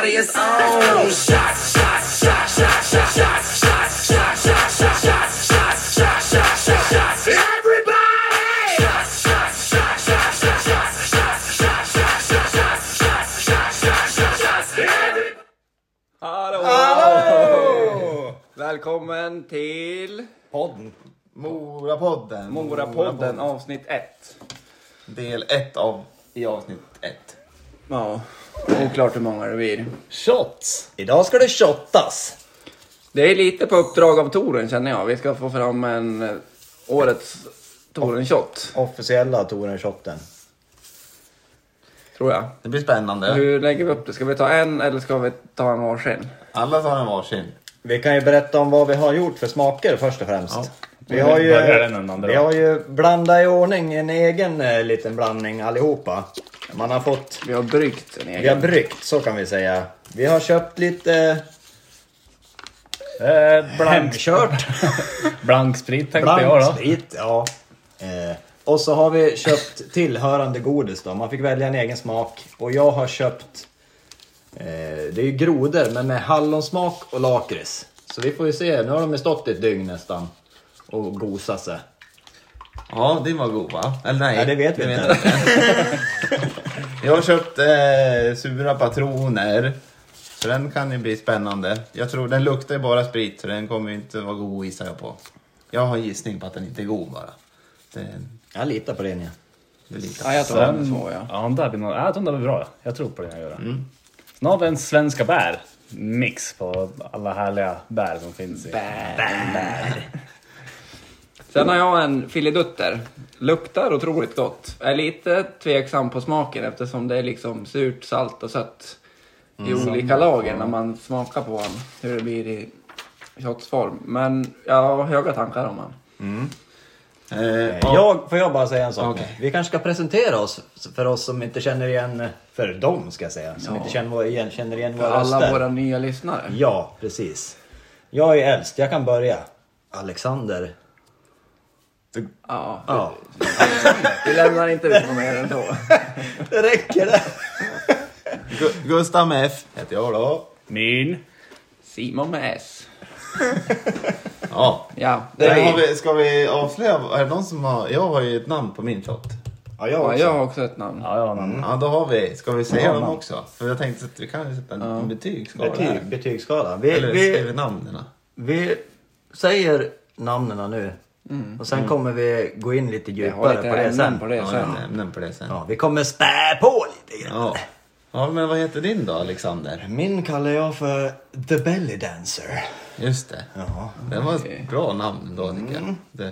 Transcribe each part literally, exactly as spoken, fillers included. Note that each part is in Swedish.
everybody is on. Shots, shots, shots, shots, shots, shots, shots, shots, shots, shots, shots, shots, shots, shots, shots, shots. Everybody! Shots, shots, shots, shots, shots, shots, shots, shots, shots, shots, shots, shots, shots, shots, shots. Everybody! Hallå! Hallå! Välkommen till Podden. Morapodden. Morapodden avsnitt ett. Del ett av i avsnitt ett. Ja, oklart hur många det blir. Shots. Idag ska det shottas. Det är lite på uppdrag av Toren känner jag. Vi ska få fram en eh, årets Toren-shot, Officiella Toren-shotten. tror jag. Det blir spännande. Hur lägger vi upp det? Ska vi ta en eller ska vi ta en varsin? Alla tar en varsin. Vi kan ju berätta om vad vi har gjort för smaker först och främst. Ja. Vi har ju, Börjar den ändan då? vi har ju blandat i ordning en egen eh, liten blandning allihopa. Man har fått, Vi har bryggt en egen. vi har bryggt, så kan vi säga. Vi har köpt lite Eh, blankört. Blanksprit tänkte jag då. Blanksprit, ja. Eh, och så har vi köpt tillhörande godis då. Man fick välja en egen smak. Och jag har köpt, eh, det är ju grodor men med hallonsmak och lakrits. Så vi får ju se, nu har de ju stått ett dygn nästan och gosat sig. Ja, det var god va? Eller nej. Ja, det vet vi det inte. vet jag har köpt eh, sura patroner. Så den kan ju bli spännande. Jag tror den luktar ju bara sprit. Så den kommer ju inte vara god, gissar jag på. Jag har en gissning på att den inte är god bara. Det, Jag litar på det, ja. det är lite. Ja, jag tar en små, ja. Ja, den där blir nog, ja, den där blir bra. Jag tror på det jag gör. Mm. Sen har vi en svenska bär. Mix på alla härliga bär som finns i. Bär, bär. Sen har jag en filidutter. Luktar otroligt gott. Är lite tveksam på smaken eftersom det är liksom surt, salt och sött i olika lager när man smakar på den. Hur det blir i shotsform. Men jag har höga tankar om den. Eh, Jag, får jag bara säga en sak? Okej. Vi kanske ska presentera oss för oss som inte känner igen, för dem ska jag säga, som Ja. inte känner igen, känner igen För våra alla röster. våra nya lyssnare. Ja, precis. Jag är äldst, jag kan börja. Alexander. Ja. Ja, Vi lämnar inte ut någon mer än så. det räcker det. Gu- Gustav med F heter jag då. Min. Simon med S. Ja. Ja, Det det har är... vi, ska vi avslöja? Är det någon som har... Jag har ju ett namn på min shot. Ja, jag Ja, också. jag har också ett namn. Ja, ja, men. Ja, då har vi. Ska vi säga Ja, dem namn. också? För jag tänkte att vi kan ju sätta en Ja. betygsskala Betyg, här. betygsskala. Vi, Eller skriver vi, namnen. vi säger namnen nu. Och sen kommer vi gå in lite Jag har djupare lite på det ämnen sen. på det Ja, sen. ja, ämnen på det sen. Ja, vi kommer spä på lite grann. Ja. Ja, men vad heter din då, Alexander? Min kallar jag för The Belly Dancer. Just det. Ja. Det var Okej. ett bra namn då, tycker jag. Det.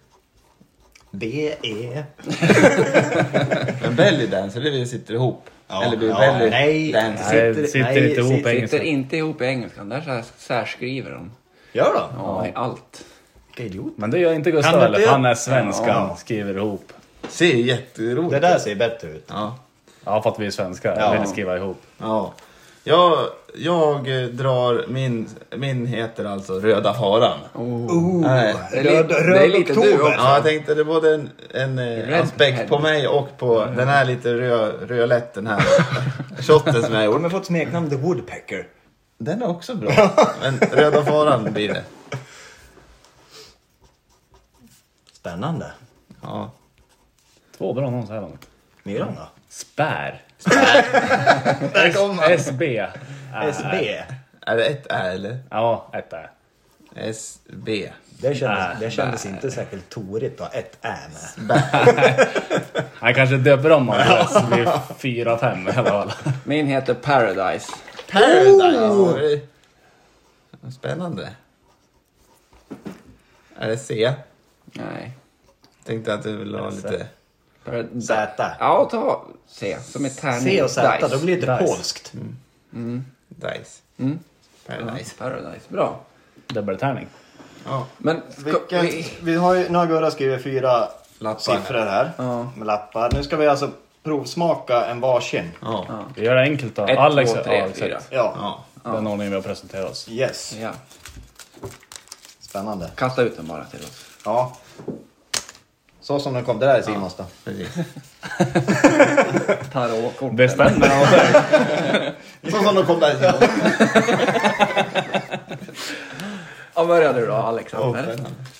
B E Men belly dancer, det är vi sitter ihop. Ja. Eller blir Ja, belly nej. dancer. Nej, det sitter inte ihop sitter- engelska. Sitter inte ihop i engelskan. Där så här särskriver de. Gör då? Ja, i allt. Vilka idiot. Men det gör inte Kan Gustav du eller? inte- För han är svenskan, Ja. skriver ihop. Ser jätteroligt Det där ut. ser bättre ut. Ja. Ja, för att vi är svenskar. Ja. Jag vill skriva ihop. Ja. Jag, jag eh, drar min, min heter alltså Röda Faran. Oh. Nej. Det är, Röd- li- röd det är lite du oktober. också. Ja, jag tänkte det är både en, en eh, Red aspekt head. på mig och på den här lite rö, rödlätt, den här shotten som jag De gjort. har fått smeknamn The Woodpecker. Den är också bra. Men Röda Faran blir det. Spännande. Ja. Två bra någon så här långt. Myran då? Spär. Där kom han. S B. S B. Är det ett Ä eller? Ja, ett är. S B. Det kändes, Äh, det kändes inte särskilt torigt att ha ett Ä med. Han kanske döper om honom vid fyra, fem i alla fall. Min heter Paradise. Paradise. Oh! Spännande. Är det C? Nej. Tänkte att du ville ha lite... Parad- Z. Ja, ta C. Som är tärning. C och Z, Dice. då blir det lite Dice. polskt. Dice. Mm. Paradise. Ja, Paradise. Bra. Dubbeltärning. Ja. Men ska Vilka, vi... vi har ju, nu har Gurra skrivit fyra Lappar. siffror här. Ja. Med lappar. Nu ska vi alltså provsmaka en varsin. Ja. Vi gör det enkelt då. Ett, Alex, två, tre, ja, fyra. exakt. Ja, Ja. Den ordningen vi har presenterat oss. yes. Ja. Spännande. Kasta ut den bara till oss. Ja. Så som den kom, det där är Simons då. Precis. Tarotkort. Det stämmer av dig. Så som den kom där i Simons. Ja, börjar du då, Alexander?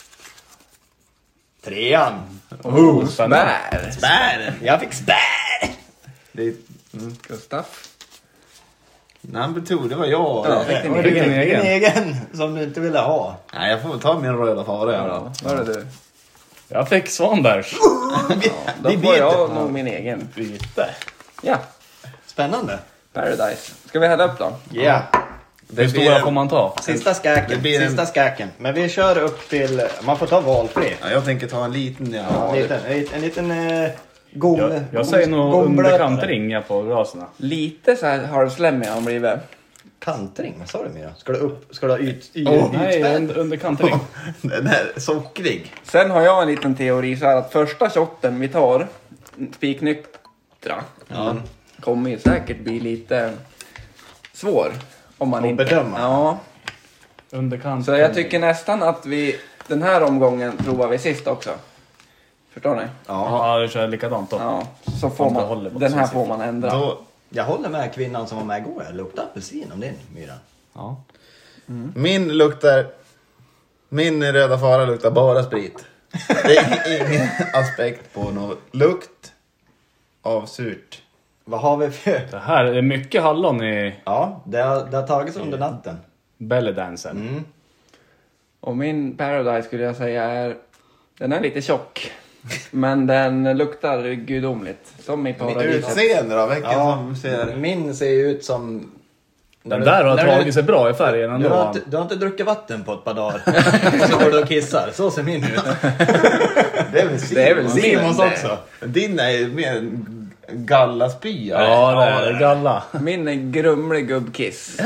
Trean. Oh, spännande. Bär. Spär. Jag fick spär. Det är Gustaf. number two, det var jag. Ja, fick din Var egen. det din Din egen? egen som du inte ville ha. Nej, jag får väl ta min röda fara. Ja, Ja, vad är det du? Jag fick Svanbergs. Då Vi får vet jag nog min egen. Byte. Ja, Spännande. Paradise. Ska vi hälla upp då? Ja. Hur stora får man ta? Sista skäken. Det blir en- Sista skäken. Men vi kör upp till... Man får ta valfri. Ja, jag tänker ta en liten. Ja. En liten, en, en liten eh, gom... Jag, jag säger nog gomblötare. under kantringa på glasen. Lite så här halvslemmig har han blivit. Kantring? Vad sa du Mira? Ska du, upp, ska du ha yt, yt, Oh, nej, ytspänn? under, under kantring. Den är sockrig. Sen har jag en liten teori så här att första shotten vi tar, spiknyktra, Ja. kommer ju säkert bli lite svår. Om man Att inte... bedöma. Ja, Under kantring. så jag tycker nästan att vi, den här omgången provar vi sist också. Förstår ni? Ja, ja, du kör likadant då. Ja, så får Om det man, håller på den här så får man ändra. Då, Jag håller med kvinnan som var med igår. Jag luktar apelsin om din, Myra. Ja. min luktar... Min röda fara luktar bara sprit. Det är ingen aspekt på någon lukt av surt. Vad har vi för... Det här är mycket hallon i Ja, det har, det har tagits under natten. bellydansen. Mm. Och min Paradise skulle jag säga är, den är lite tjock. Men den luktar gudomligt. Som i Mitt paradiset. utseende då? Vilken Ja, som ser... min ser ju ut som... Den där har när tagit du- sig bra i färgen Du ändå. har, inte, du har inte druckit vatten på ett par dagar. Så går du och kissar. Så ser min ut. Det är väl Det är väl Simons. Simons min, också. Din är ju mer en gallaspya. Ja, det är galla. Min är grumlig gubbkiss.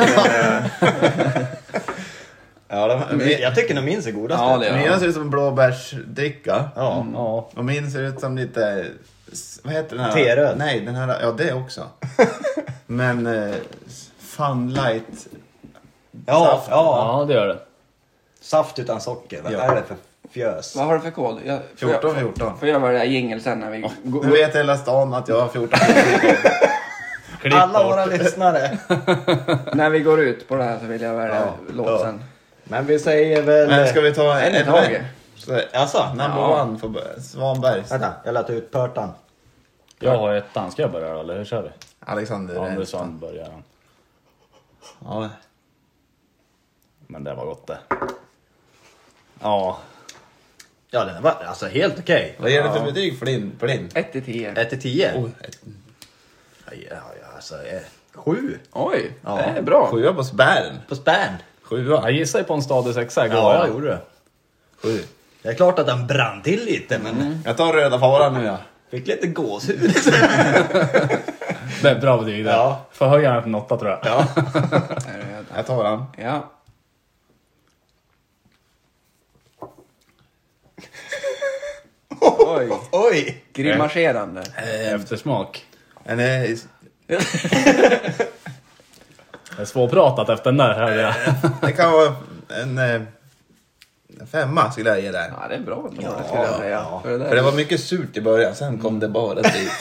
Ja, de, jag tycker nog min ser godast Ja, ut. det gör Mina ser ut som en blåbärsdricka. Ja. Ja. Och min ser ut som lite... Vad heter den här? T-röd. Nej, den här... Ja, det också. Men... Eh, fun light. Ja, Saft. ja. Ja, det gör det. Saft utan socker. Vad Ja. är det för fjös? Vad har du för kod? Jag, får fjorton jag, fjorton. får jag välja jingel sen när vi går? Nu vet hela stan att jag har fjorton. Klipp Alla bort. våra lyssnare. När vi går ut på det här så vill jag välja Ja, låt ja. sen. Men vi säger väl... Men ska vi ta En i en taget. Så, Alltså, number Ja. one för Svanbergs. vänta. Jag lät ut pörtan. Jag har ettan. Ska jag börja då, eller hur kör vi? Alexander Ja, det är Rensson. så han börjar. han. Ja. Men det var gott det. Ja. Ja, den var alltså helt okej. Vad ger du för betyg för din? På din? ett till tio. ett till tio. Oh, ett, Ja, ja, alltså, eh, sju. Oj, Ja. det är bra. sjua på spärren. På spänn. Sjua. Jag gissar ju på en stadig sexa igår. Ja, jag gjorde det. Sju. Det är klart att den brann till lite, men Jag tar röda faran nu ja. fick lite gåshud. Det är ett bra betyg det. Ja. Får höja den till en åtta tror jag. Ja. Här är jag. Jag tar den. Ja. Oj, Oj! grimaserande. Eftersmak. En, eh, Det är svårpratat efter den där. Hörde jag. det kan vara en, eh, en femma skulle jag ge där. Ja, det är bra ändå, det skulle jag säga. ja. För det, där. För det var mycket surt i början, sen kom det bara dit.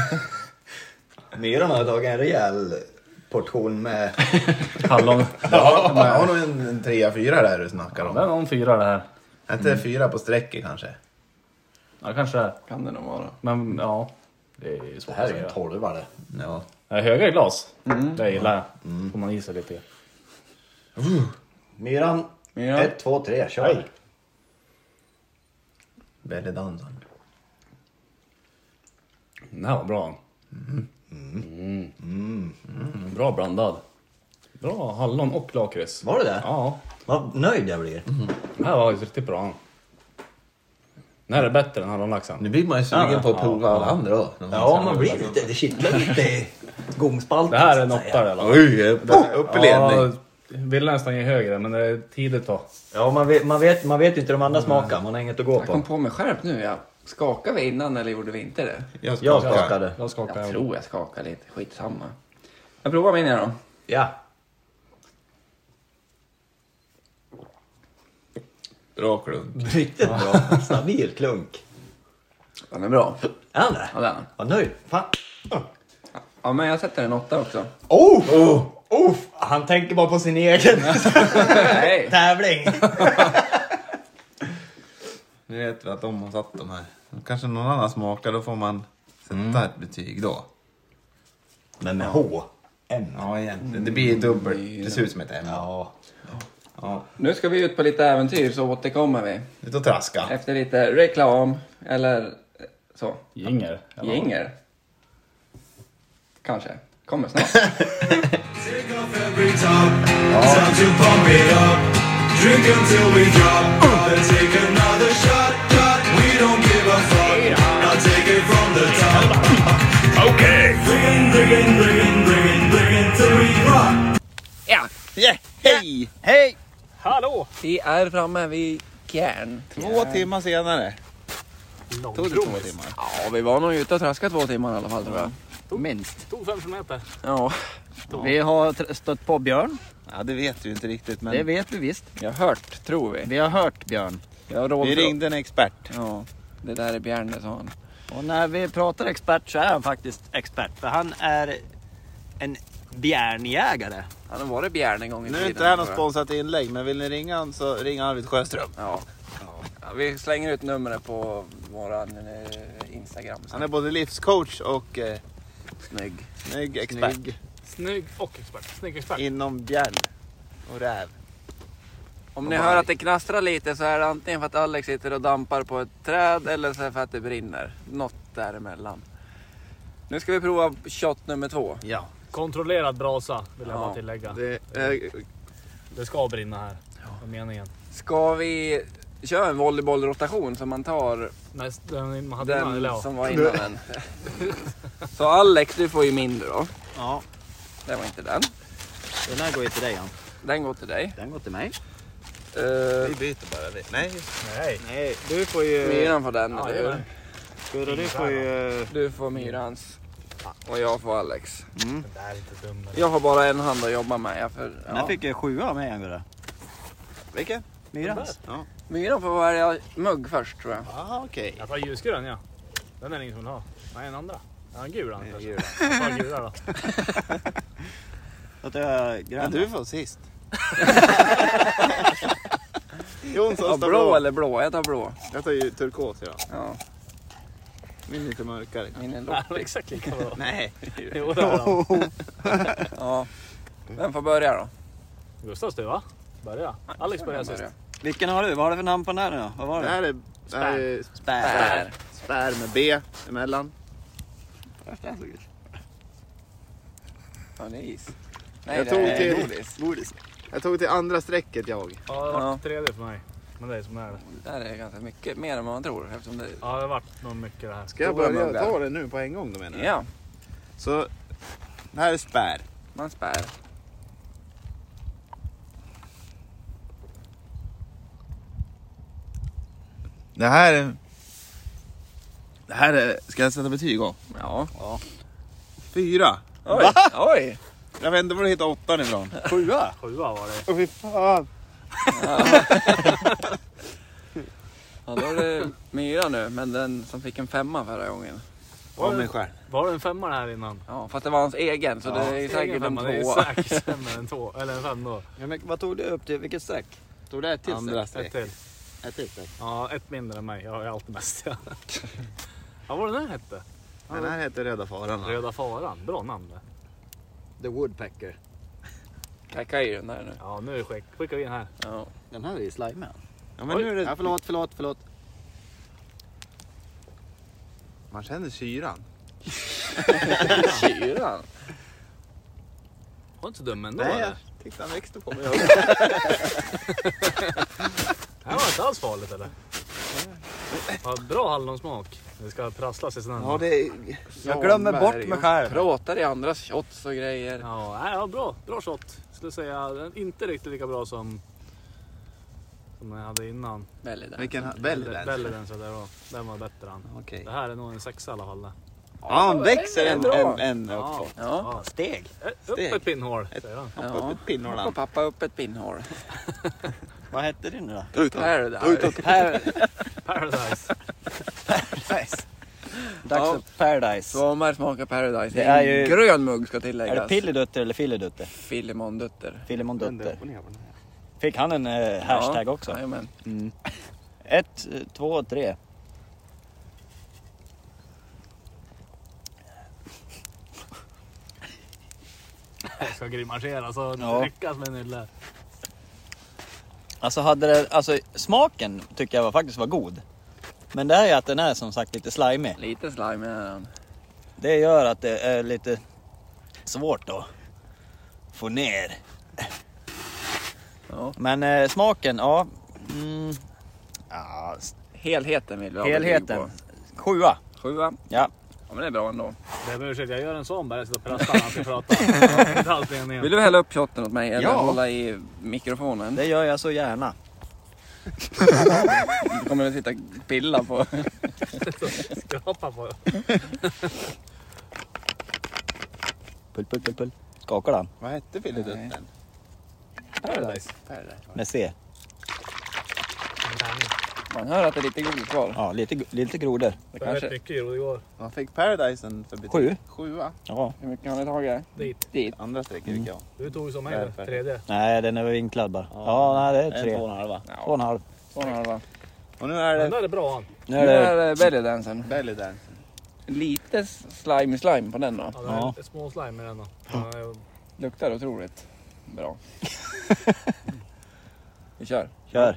Myran har tagit en rejäl portion med... Hallon. Ja, jag har nog en, en trea, fyra där du snackar Det om. är någon fyra det här. Är inte fyra på strecket kanske? Ja, kanske det är. kan det nog vara. Men ja. Det är ju Det svårt här att är ju en säga. tolvare. Ja. Det är höga i glas. Det gillar jag. Får man i sig lite. Myran, Myran. ett, två, tre, kör. Hej. Bellydansen. Den här var bra. Mm. Mm. Bra blandad. Bra hallon och lakrits. Var det det? Ja, Vad nöjd jag blir. den här var ju riktigt bra. Den här är bättre än hallonlaxen. Nu blir man ju sugen Ja, på att prova alla andra då. Ja, man blir lite... Det kittlar lite i gomspalten. Det här så är en att åtta i säga. alla fall. Oj, upp, upp i ledning. Ja, vill nästan ge högre, men det är tidigt då. Ja, man vet, man, vet, man vet ju inte hur de andra smakar. Man har inget att gå Jag kom på. på mig själv nu, ja. Skakade vi innan eller gjorde vi inte det? Jag Jag skakar. skakade. Jag skakar. Jag tror jag skakade lite, skitsamma. Jag provar min här då. Ja. Bra klunk. Riktigt bra. Stabil klunk. Den är bra. Är han det? Ja, den. Vad nöjd. Fan. Ja, men jag sätter en åtta också. Oh! Oh! Oh! Han tänker bara på sin egen Nej. tävling. Nu vet vi att de har satt de här. Kanske någon annan smakar, då får man sätta mm. ett betyg då. Men med H. M. Ja, egentligen. Det blir dubbelt. Det ser ut som ett M. Ja. Ja. Nu ska vi ut på lite äventyr, så återkommer vi. Lite att traska. Efter lite reklam, eller så. Jinger. Jinger. Kanske. Kommer snart. Take off every top, time to pump it up. Drink until we drop. Gotta take another shot, shot. We don't give a fuck. Now take it from the top. Okay. Bring it, bring it, bring it, bring it, bring it till we rock. Ja. Yeah. Hej! Hej! Hallå! Vi är framme vid Kärn. Två timmar senare. Tog det två timmar? Ja, vi var nog ute och traskade två timmar i alla fall, tror jag. Minst. Tog fem kilometer. Ja, Vi har tr- stött på björn. Ja, det vet vi inte riktigt. Men Det vet vi visst. vi har hört, tror vi. Vi har hört björn. Vi har råd vi för- ringde en expert. Ja, det där är Bjärne, sa han. Och när vi pratar expert så är han faktiskt expert. För han är en bjärnjägare. Han har varit Bjärne en gång i Nu är tiden. inte det här något tror jag. sponsrat inlägg, men vill ni ringa han så ringa Arvid Sjöström. Ja. Ja, vi slänger ut numret på våran eh, Instagram. Han är både livscoach och eh, Snygg. snygg expert. Snygg. Snygg och expert. Snygg expert. Inom björn och räv. Om ni hör att det knastrar lite så är det antingen för att Alex sitter och dampar på ett träd eller så är det för att det brinner. Något däremellan. Nu ska vi prova shot nummer två. Ja. Kontrollerad brasa vill jag Ja. bara tillägga. Det är, Det ska brinna här. Vad meningen? Ska vi köra en volleybollrotation som man tar Näst, den man hade innan, eller den ja. som var innan den? Så Alex, du får ju mindre då. Ja, Det var inte den. den här går ju till dig, Jan. Den går till dig. Den går till mig. Uh, vi byter bara det. Nej. Nej. Nej, du får ju... myran får den, Ja, eller hur? jajamän. Gurra, du får ju... Du får myrans. Och jag får Alex. Mm. Det där är inte dumt. Jag har bara en hand att jobba med. Jag för, Den här ja. fick jag sjua av mig, Jan Gurra. Vilken? Myrans. Ja. Myran får välja mugg först, tror jag. Aha, okej. Jag tar ljusgrön, ja. Den är det ingen som vill ha. Nej, en andra. Ja, en gul han Ja, kanske. gul. Jag tar gula då. Då tar jag Ja, grön. du får sist. Jonsson Ja, står blå eller blå? Jag tar blå. Jag tar ju turkos idag. Ja, Min är lite mörkare. min är Nej, loppig. exakt lika bra. Nej. Jo, det är han. Ja. Vem får börja då? Gustavs du, va? Börja. Alex börjar sist. Vilken har du? Vad har du för namn på den här nu då? Vad var Det det? här är, det här är Spär. Spär. spär med B emellan. Ja, det är is. Nej, Jag det tog är till- godis. Godis. Jag tog till andra strecket jag. Ja, det var Ja. tredje för mig. Men det är som det är. Det där är ganska mycket mer än vad man tror. Eftersom det... Ja, det har varit nog mycket det här. Ska jag Stora börja muggar. ta det nu på en gång då menar jag? Ja, Så det här är spär. man spär. Det här är... Det här är... Ska jag sätta betyg då? Ja. Fyra. Oj, oj. Jag vet inte var du hittar åttan ifrån. Sjua? Sjua var det. Åh fy fan. Ja, då är det Myra nu, men den som fick en femma förra gången. Av mig själv. Var det en femma här innan? Ja, fast det var hans egen, så det är Egen säkert en femma, det är tvåa. säkert sämre än två. Eller en fem då. Ja, men vad tog du upp till? Vilket streck? Tog det ett till Andra Ett streck? till. Ett till streck. Ja, ett mindre än mig. Jag har ju alltid mest. Ja, ja vad var det den hette? Den här heter Röda Faran. Röda faran. Bra namn det. The Woodpecker. Kacka i den där nu. Ja, nu skick, skickar vi in här. Ja. Den här är ju slime. Ja, men nu är det... Ja, förlåt, förlåt, förlåt. Man känner syran. Kyran. Var inte så dum ändå. Nej, eller? jag tyckte han växte på mig. Det här var inte alls farligt eller? Ja, bra hallonsmak. Det ska prasslas i sån här. Ja, det är... Jag glömmer bort mig själv. Pratar i andras shots och grejer. Ja, nej, ja, bra. Bra shot. Skulle säga den är inte riktigt lika bra som som jag hade innan. Väldigt där. Vilken... Belly Dance. Belly Dance, det var, den var bättre än. Okej. Det här är nog en sexa i alla fall. Det. Ja, han växer en, bra. en, en Ja. uppåt. Ja. Steg. Eh, Upp Steg. ett pinnhål, säger han. Hoppa Ja. upp ett pinnhål Och han. pappa upp ett pinnhål. Vad hette din nu då? Paradise. Här. Paradise. Paradise. Dags Ja. för Paradise. Svanberg smakar Paradise. Det är En ju- grön mugg ska Är tilläggas. det Pilledutter eller Filledutter? Filemondutter. Filemon Vända Dutter. upp och ner på den här. Fick han en eh, hashtag också? Jajamän. Ett, eh, två, tre. Jag ska grimasera så Ja. lyckas med nylle. Alltså, hade det, alltså smaken tycker jag var, faktiskt var god. Men det är ju att den är som sagt lite slimig. Lite slime är den. Det gör att det är lite svårt att få ner. Ja. Men eh, smaken, ja. Mm, ja s- Helheten vill vi ha betyg helheten. på. Sjua. Sjua. Ja. Ja, men det är bra ändå. Det behöver ursäkta, jag gör en sån bara jag sitter och pratar när han ska prata. Inte alls meningen. Vill du hälla upp shotten åt mig eller Ja. hålla i mikrofonen? Det gör jag så gärna. Du kommer väl sitta och pilla på. Skrapa på. Pull, pull, pull, pull. Skakar den Vad hette filledutten? Paradise. med C. Man hör att det är lite godis kvar. Ja, lite, lite grodor. Det Det var rätt kanske... mycket gjorde igår. Vad fick Paradisen för betyg? Sju. Sjua. Ja. Hur mycket har ni tagit? Dit. Dit. Andra strecket fick jag. Du tog som mig Därför. tredje. Nej, den är vinklad bara. Ja, nej, det är tre. En två och en halva. Två och en halv. Så har det. Och nu är Den det där är bra han. Nu Nu är det... är det belly dansen. belly dance. Lite slime slime på den då. Ja, det är Ja. ett små slime i den då. Ja, jag- Luktar otroligt bra. Vi kör. Kör.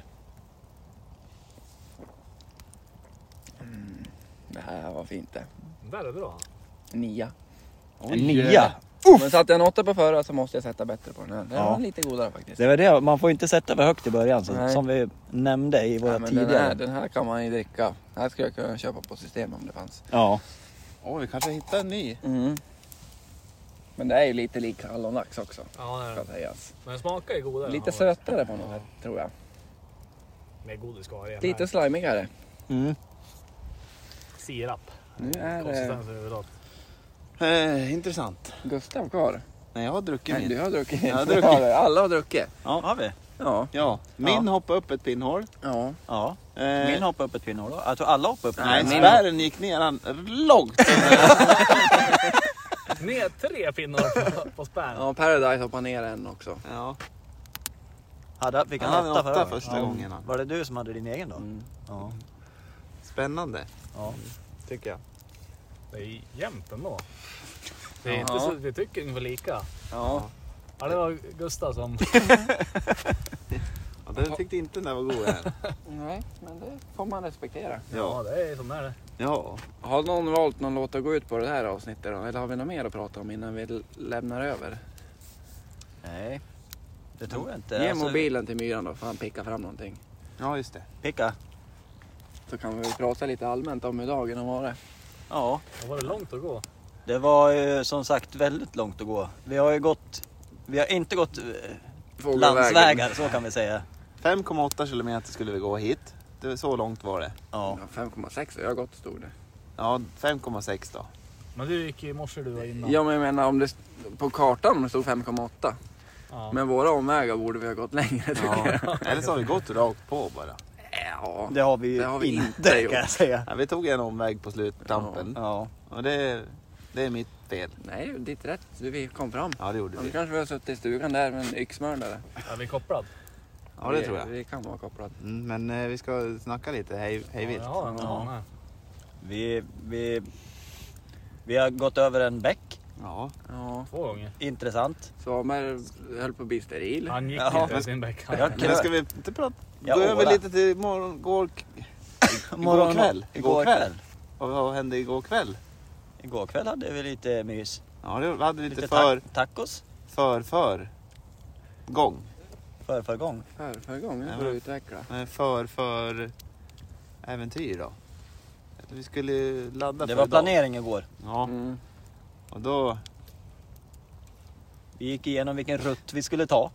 Det här var fint det. Den där är bra. Nia. En nia. Men satte jag en åtta på förra så måste jag sätta bättre på den här. Den Ja. var lite godare faktiskt. Det var det, man får inte sätta för högt i början så, Nej. som vi nämnde i våra Ja, men den, tidigare. här, den här kan man ju dricka. Den här skulle jag kunna köpa på system om det fanns. Ja. Åh, vi kanske hittar en ny. Mm. Men det är ju lite lik hallonlax också. Ja, det är Ska den. sägas. Men den smakar ju godare. Lite Ja, sötare på något sätt tror jag. med godis ska vara Lite slimigare. Mm. Sirap. Nu är det Konsistens överallt. Eh, intressant. Gustav kvar. Nej, jag har druckit Nej, min. du har druckit. Jag har druckit. Alla har druckit. Ja, har vi? Ja. Ja, min hoppade upp ett pinnhål. Ja. Ja. Eh, Min hoppade upp ett pinnhål då. Jag tror alla hoppade upp ett Nej, pinnhål. spärren gick ner han långt. Ner tre pinnar på, på spärren. Ja, Paradise hoppar ner en också. Ja, Hade, fick han Han hade åtta, en åtta förra första gången, han. Var det du som hade din egen då? Mm. Ja. spännande Ja. tycker jag. Det är jämnt ändå. Det är Ja. inte så, vi tycker ungefär lika. Ja. Ja, det var Gustav som... Ja, den tyckte inte den där var god än. Nej, men det får man respektera. Ja, Ja, det är som det är det. ja. Har någon valt någon låt att gå ut på det här avsnittet då? Eller har vi något mer att prata om innan vi l- lämnar över? Nej, det tror jag inte. Ge Alltså, mobilen till Myran då, får han picka fram någonting. Ja, just det. Picka. Så kan vi väl prata lite allmänt om hur dagen har varit. Ja, Då var det långt att gå. det var ju som sagt väldigt långt att gå. Vi har ju gått, vi har inte gått eh, Fågelvägen. landsvägar, så kan vi säga. fem komma åtta kilometer skulle vi gå hit. Det, så långt var det. Ja. Ja, fem komma sex och jag har gått stod det. Ja, fem komma sex då. Men du gick i morse du var innan. Ja, men jag menar om det st- på kartan om det stod fem komma åtta. Ja. Men våra omvägar borde vi ha gått längre tycker jag. Eller så har vi gått rakt på bara. Ja. Det har vi ju Det har vi inte, inte gjort. kan jag säga. Ja, vi tog en omväg på sluttampen. Ja. Och det, det är mitt fel. Nej, ditt rätt. Du, vi kom fram. Ja, det gjorde Ja, vi. du kanske vi har suttit i stugan där med en yxmördare. Är vi kopplad? Ja, det Vi- tror jag. Vi kan vara kopplade. Mm, men eh, vi ska snacka lite hej, hej vilt. Ja, jag har en Ja. med. Vi, vi, vi har gått över en bäck. Ja. Ja. Två gånger. Intressant. Svaberg höll på att bli steril. Han gick Jaha. inte i sin bäck. Ja, Men ska vi inte prata? Ja, Gå över åra. lite till morgon, går, igår kväll. Igår kväll. Och vad hände igår kväll? Igår kväll hade vi lite mys. Ja, det hade vi lite, Lite för, ta- tacos. för, för gång. För, för gång. För, för gången Ja. får du utveckla. Men för, för äventyr då. Vi skulle ladda Det för var idag. planering igår. Ja, Mm. och då... Vi gick igenom vilken rutt vi skulle ta.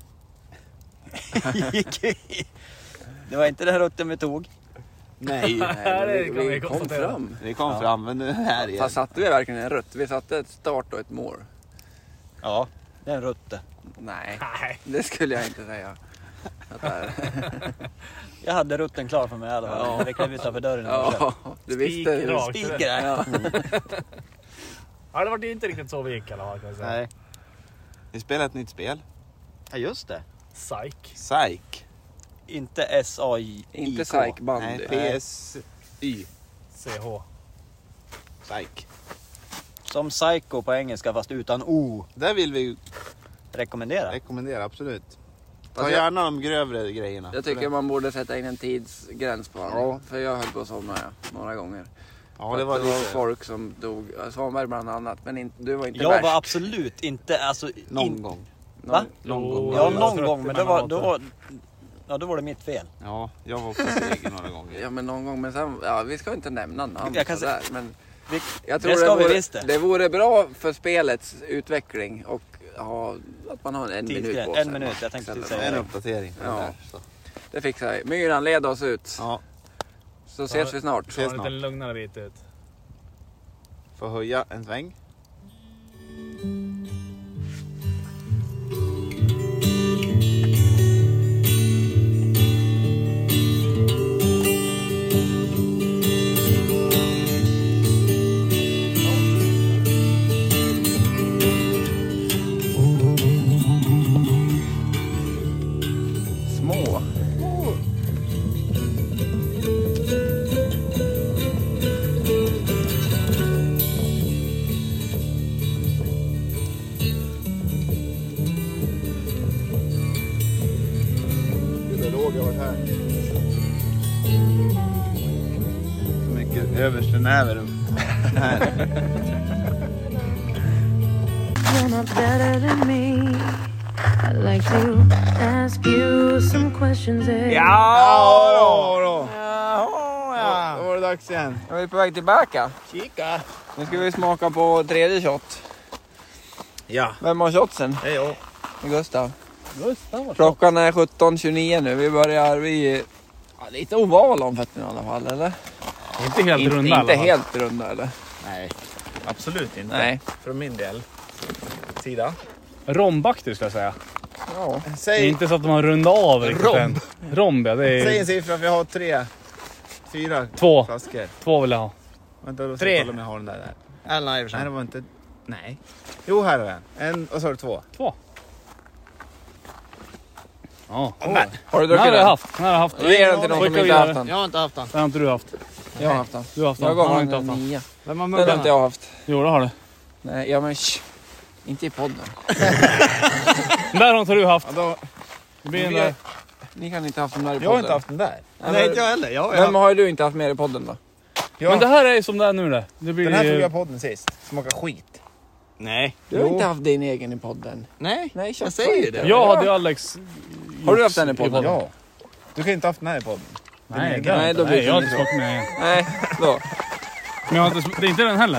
Gick i- det var inte den rutten vi tog. Nej, Nej, men det vi, kan vi vi kom konstatera. fram. vi kom Ja. fram, men nu är här igen. Fast satte vi verkligen en rutt? Vi satte ett start och ett mål. Ja, det är en rutte. Nej, Nej. det skulle jag inte säga. Jag hade rutten klar för mig i alla fall. Ja. Vi klev utanför dörren. Ja, du visste. Spikrakt. Spiker. Ja. Ja, det var inte riktigt så vi gick i alla fall, kan jag säga. Nej. Vi spelar ett nytt spel. Ja, just det. Psych. Psych. Inte S A J I K. Inte psykbandy. Nej, P S Y. C H. Psych. Som psycho på engelska fast utan O. Där vill vi Rekommendera. rekommendera, absolut. Ta Alltså, jag- gärna de grövre grejerna. Jag tycker man borde sätta in en tidsgräns på honom. Ja. För jag höll på att somna ja, några gånger. Ja, det var det var lite... folk som dog. Svanberg bland annat. Men inte, du var inte Jag värst. var absolut inte... Alltså, Någon in... gång. Va? Någon gång. Ja, Jag var någon trött gång. Men det emellanåt. var, då, var, ja, då var det mitt fel. Ja, jag var också seg några gånger. Ja men någon gång. Men sen, ja, vi ska inte nämna namn Jag kan sådär, men Vi, jag tror det ska det, vi vore, visst det. det vore bra för spelets utveckling och ja, att man har en Tidsgräns, minut på sig. en minut, jag tänkte Ställa säga dem. En det. uppdatering. Ja. Där, så. Det fixar vi. Myran, led oss ut. Ja, Så ses vi snart. Ta ses en snart. lite lugnare bit ut. Får höja en sväng. Små. Skulle Roger varit här. Så mycket överste näver upp. Här. You're not better than me. I'd like to ask you some questions. eh? Ja då! Ja, Då var det dags igen. Är vi på väg tillbaka? Kika! Nu ska vi smaka på tredje shot. Ja, Vem har shotsen? det är jag. Gustav. Gustav var Klockan är sjutton tjugonio nu. Vi börjar vid ja, lite oval om fötterna i alla fall, eller? inte helt inte runda i alla inte fall. helt runda, eller? Nej, absolut inte. Nej. Från min del. Sida. Rombakter skulle jag säga. Ja. Det är Säg, inte så att de har rundat av riktigt Romb. än. Romb, ja. Det säg en är siffra för jag har tre. Fyra två. flaskor. Två vill jag ha. Vänta, då ska Tre. jag kolla om jag har den där. där. Allen Nej, Iverson. det var inte... Nej. Jo, här är den. En, och så har du två. Två. Ja. Men, Har du Den druckit här har jag den? haft. Den här har jag haft. Ge den till någon som Skicka inte vidare. haft den. Jag har inte haft den. Den har inte du haft. Jag har haft den. Du har haft den. Jag gav har honom inte haft en den. nia. Vem har Den har inte muggarna? jag haft. Jo, det har du. Nej, ja men shh. Inte i podden. Den där har inte du haft. ja, då, Det blir en Vi- där. Ni kan inte haft den där i podden. jag har inte haft den där. Nej, inte jag heller. Jag, Vem jag, har du inte haft med i podden då? Ja, Men det här är som det är nu det. Det blir den här tog ju... jag podden sist. Smakar skit. nej. Du har Jo. inte haft din egen i podden. Nej, Nej, jag kött säger skit. det. Jag hade ju Alex... Har du haft den i podden? Ja. Du kan inte haft den här i podden. Nej, egen. det har jag Nej, inte. då blir Nej, jag har det inte så. smakat med den. Nej, då. Men jag har inte... Det är inte den heller.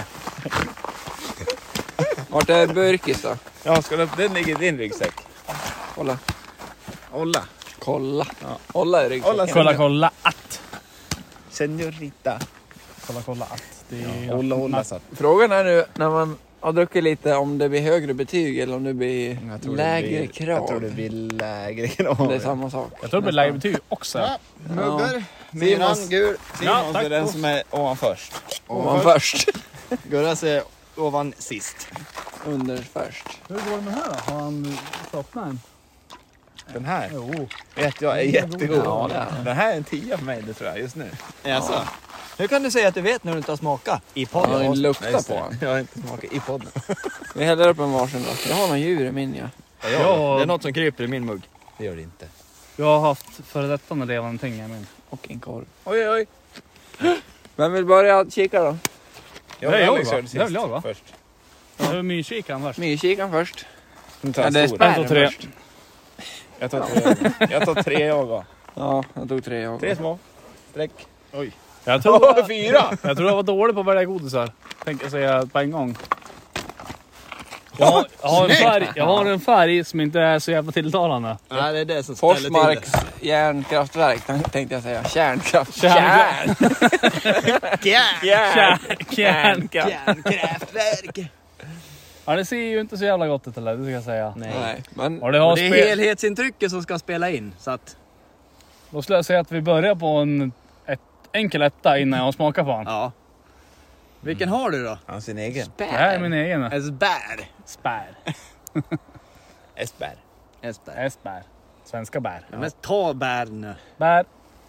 Vart är burkis då? Ja, ska du, den ligger i din ryggsäck. Kolla. Olla. Kolla. Kolla i ryggsäcken. Kolla, Kolla, kolla att. Senorita. Kolla, kolla att. Det är... Olla, olla satt. Frågan är nu när man har druckit lite om det blir högre betyg eller om det blir Jag tror lägre det blir, krav. Jag tror det blir lägre krav. Det är samma sak. Jag tror det blir lägre betyg också. Ja, muggar. Simons- Myran, gul. Ja, Simons tack. är den som är ovan först. Ovan först. Gurras är ovan sist. Under först. Hur går det med den här då? Har han saknat en? Den här Jo. vet jag är jättegod. Ja, det är. Den här är en tia för mig, det tror jag, just nu. Alltså. Hur kan du säga att du vet när du inte har smakat? I Ja, podden. den luktar just på det. den. Jag har inte smakat i podden. Vi häller upp en varsin då. Jag har någon djur i min ja. Jag, Det är något som kryper i min mugg. Det gör det inte. jag har haft före detta med levande ting i min. Och en korv. Oj, oj. Vem vill börja kika då? Jag Det är jag, Alex va? körde Det är väl jag, va? Först. Jag har myrkikaren först. Myrkikan först. Nu tar Ja, jag det är stora. En, två, spärren tre. först. Jag tar tre. Jag tar tre jag då. Ja, jag tog tre jag. Tre små. Streck. Jag tror, Fyra! jag tror jag var dålig på att välja godisar. Tänker jag säga på en gång. Jag har, jag, har en färg, jag har en färg som inte är så jävla tilltalande. Nej, det är det som ställer till Forsmarks det. järnkraftverk tänkte jag säga. Kärnkraft. Kärn- Kärn. Kärn. Kärn. Kärn. Kärnkraft. Kärnkraftverk. Ja, det ser ju inte så jävla gott ut, eller? Det ska jag säga. Nej. Nej, men Och det har Och det är spel... helhetsintrycket som ska spela in. Så att, Då skulle jag säga att vi börjar på en ett, enkel etta innan jag smakar på den. ja. Vilken har du då? Han sin egen. Det här är min egen. Esbär. Spär. Esbär. Esbär. Esbär. Svenska bär. Ja. Men ta bär nu. Bär.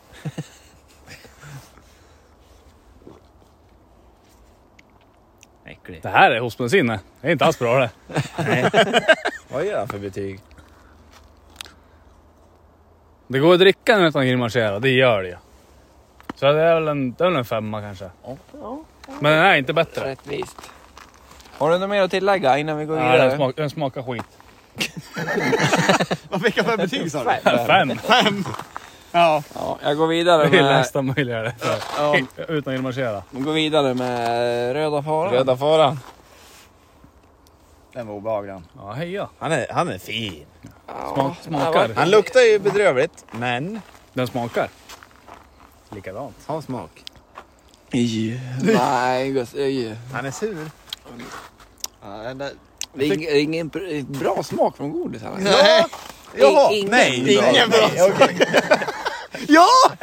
Äckligt. Det här är hostbensinne. Det är inte alls bra det. Vad gör han för betyg? Det går att dricka den utan grimasera. Det gör det ju. Så det är väl en, det är väl en femma kanske. Men den är inte bättre. rättvist. Har du något mer att tillägga innan vi går Ja, vidare? den, smak, den smakar skit. Vad fick jag för betyg sa du? Fem. Ja. Ja, jag går vidare Det är med, nästan möjligare det. ja, Utan grimasera. jag går vidare med röda faran. Röda faran. Den var obehaglig. Ja, heja. Han är, han är fin. Smak, smakar. Han luktar ju bedrövligt, men Den smakar. Likadant. har smak. I. Nej, gott. I. Han är sur. Ja, den där... Det är ing- det är ingen br- bra smak från godis här. Nej. Jaha, ingen nej. bra. Ingen bra. Nej, okej. Ja!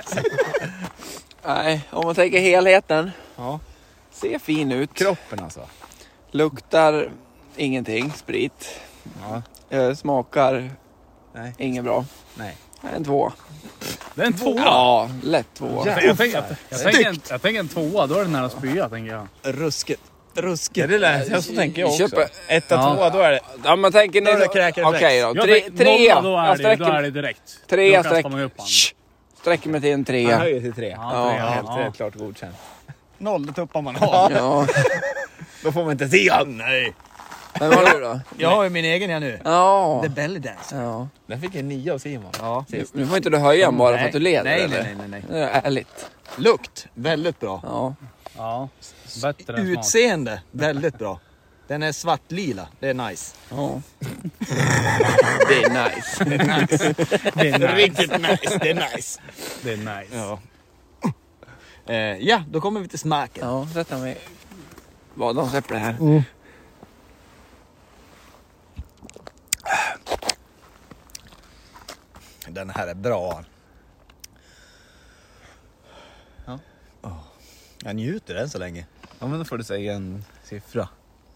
Nej, om man tänker helheten. Ja. Ser fin ut. Kroppen alltså. Luktar ingenting, sprit. Ja. Eh, smakar Nej. inget bra. Nej. En tvåa. Det är en tvåa. Ja, lätt tvåa. Jag, jag, tänker, jag, jag, tänker en, jag tänker en tvåa, då är det nära spya tänker jag. Ruskigt. Ja, Ruskigt. det lät, ja, så tänker jag också. Köper- Etta, Ja. tvåa, då är det... Ja, men tänker ni... Då är det kräkreflex. Okej då, Jag tre, tänker, trea. nolla, då är, Jag det, då är sträcker, det direkt. trea Då kastar sträck, man upp han. Shh. sträcker mig till en Han trea. höjer till tre. Ja, Ja, trea, Helt ja. rätt, klart godkänt. Noll, det tuppar man av. Ja. Då får man inte se. Nej. Vem har du då? Jag har ju min egen här nu. Ja. The Belly Dance. Ja. Den fick en nio av Simon. Ja. Nu får inte du höja den bara för att du leder, nej, eller? nej, nej, nej, nej. Det är ärligt. Lukt, väldigt bra. Ja. Ja, bättre än smak. Utseende, väldigt bra. Den är svartlila, det är nice. Ja. Det är nice. Det är nice. Riktigt nice, det är nice. Det är nice. Ja. Eh, ja, då kommer vi till smaken. Ja, sätta mig. Vad de släpper det här. Den här är bra. Ja. Oh. Jag njuter än så länge. Ja, men då får du säga en siffra.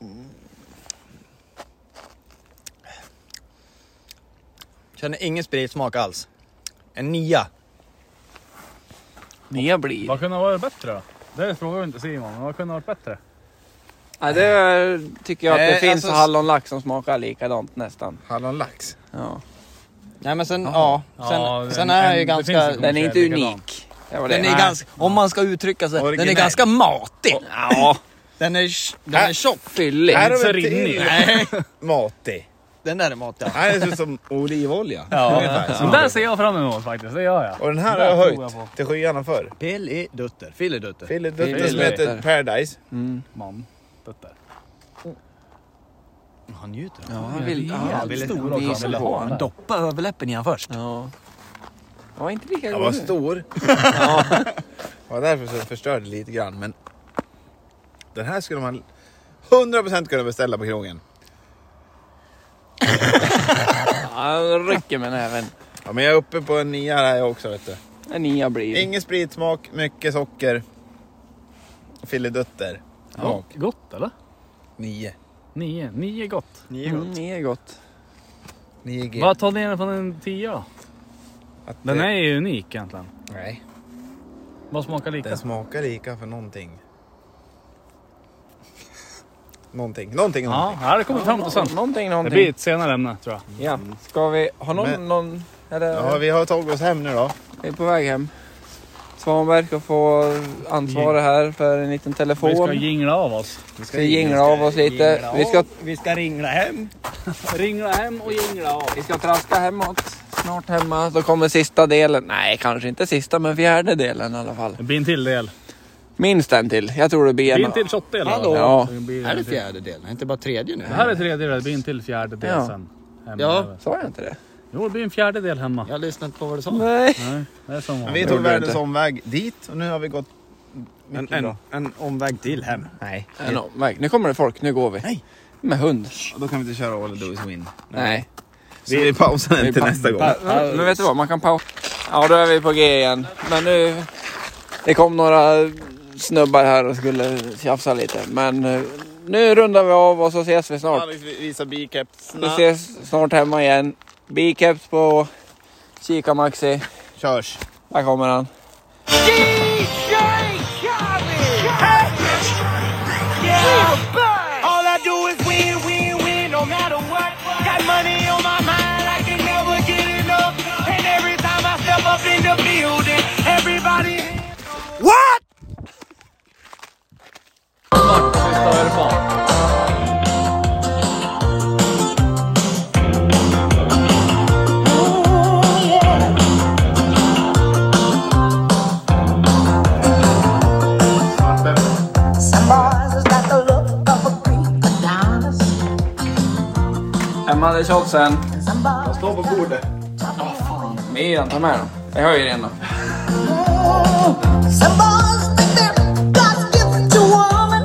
Känner ingen spritsmak alls. En nia. Nya blir. Vad kunde ha varit bättre då? Det frågar inte Simon, men vad kunde ha varit bättre? Ja, det tycker jag att det Eh, finns alltså- hallonlax som smakar likadant nästan. Hallonlax. Ja. Nej men sen, ja. Sen, Ja, sen en- är en- den ju det ganska... finns en- Den är inte Likadant. unik. Det var det. Den är Nej. ganska, om man ska uttrycka sig, den är Originell. ganska matig. Ja, Den är, den är tjock. fyllig. Här Inte så har vi rinnig. till. Nej, Matig. den där är matig. Här är det som olivolja. Ja, Ungefär. så där ser jag fram emot faktiskt, det gör jag. Och den här har Där jag tror jag höjt på. till skyarna förr. Filidutter. Filidutter. Philip Dutter som Filidutter. heter Paradise. Mm. Man, dötter. Han njuter. Ja, han vill... Ja, jävligt han vill stor också. visa Han ville på ha den. den. Doppa överläppen i han först. Ja. Det var inte lika Jag god var nu. stor. Ja. Det var därför så jag förstörde lite grann. Men den här skulle man hundra procent kunna beställa på krogen. Ja, han rycker med näven. Ja, men jag är uppe på en nia här också, vet du. En nia blir. Ingen spritsmak, mycket socker. Filidutter. Ja, Ja. gott eller? Nio. Nio, nio gott. Mm, det är gott. Nio G. Vad tar ni den från en tia då? Att Den det- är ju unik egentligen. Nej, Vad smakar lika? den smakar lika för någonting. Någonting, någonting, Ja, någonting. ja, det kommer fram till sen. Någonting, Det någonting. blir ett senare ämne tror jag. Ja. Ska vi... Har någon... Men- någon eller, Ja, vi har tagit oss hem nu då. Vi är på väg hem. Svanberg ska få ansvara här för en liten telefon. Vi ska jingla av oss. Vi ska jingla av oss lite. Vi ska, Vi ska ringla hem. Ringla hem och jingla av. vi ska traska hemåt. Snart hemma. Så kommer sista delen. Nej, kanske inte sista, men fjärde delen i alla fall. Det blir en till del. Minst en till. Jag tror det blir Det blir en. en till shotdel. Hallå? Ja. blir Är en det till. fjärde delen? Inte bara tredje nu? Det här är tredje del, det blir en till fjärde del Ja. sen. Hemma Ja. över. Sa jag inte det? Jo, det blir en fjärde del hemma. Jag lyssnade inte på vad du sa. Nej. Nej, det är som Men vi vanligt. tog gjorde världens inte. omväg dit och nu har vi gått En, mycket en, bra. en omväg till hem. Nej. En omväg. Nu kommer det folk. Nu går vi. Nej. Med hund. Då kan vi inte köra All I Do Is Win. Nej. Så vi pausar den till pa- nästa gång. pa- Men vet du vad, man kan pausa. Ja, då är vi på G igen. Men nu... Det kom några snubbar här och skulle tjafsa lite. Men eh, nu rundar vi av och så ses vi snart. Alex visar Vi bikepsarna. ses snart hemma igen. Bikeps på Kika Maxi. Körs. Där kommer han. All I do is win, win, win, no matter what. Got money on my mind, I can never get enough. And every time I step up in the building, everybody. What? Sista verban. Some boys has got the look of a Greek Adonis. Hemma, det är shotsen. Some boys Stå på bordet. Miran, ta med dem. Jag höjer den då. Some boys think they're God's gift to woman.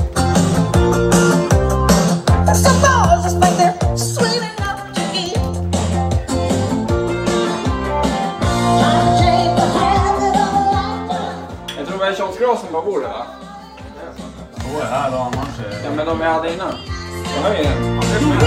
Some boys just think they're sweet enough to eat. Jane will have it all like Jag tror vi har shotglasen på bordet, va? Åh, här då annars. är- Ja, men de jag hade innan. Jag höjer den.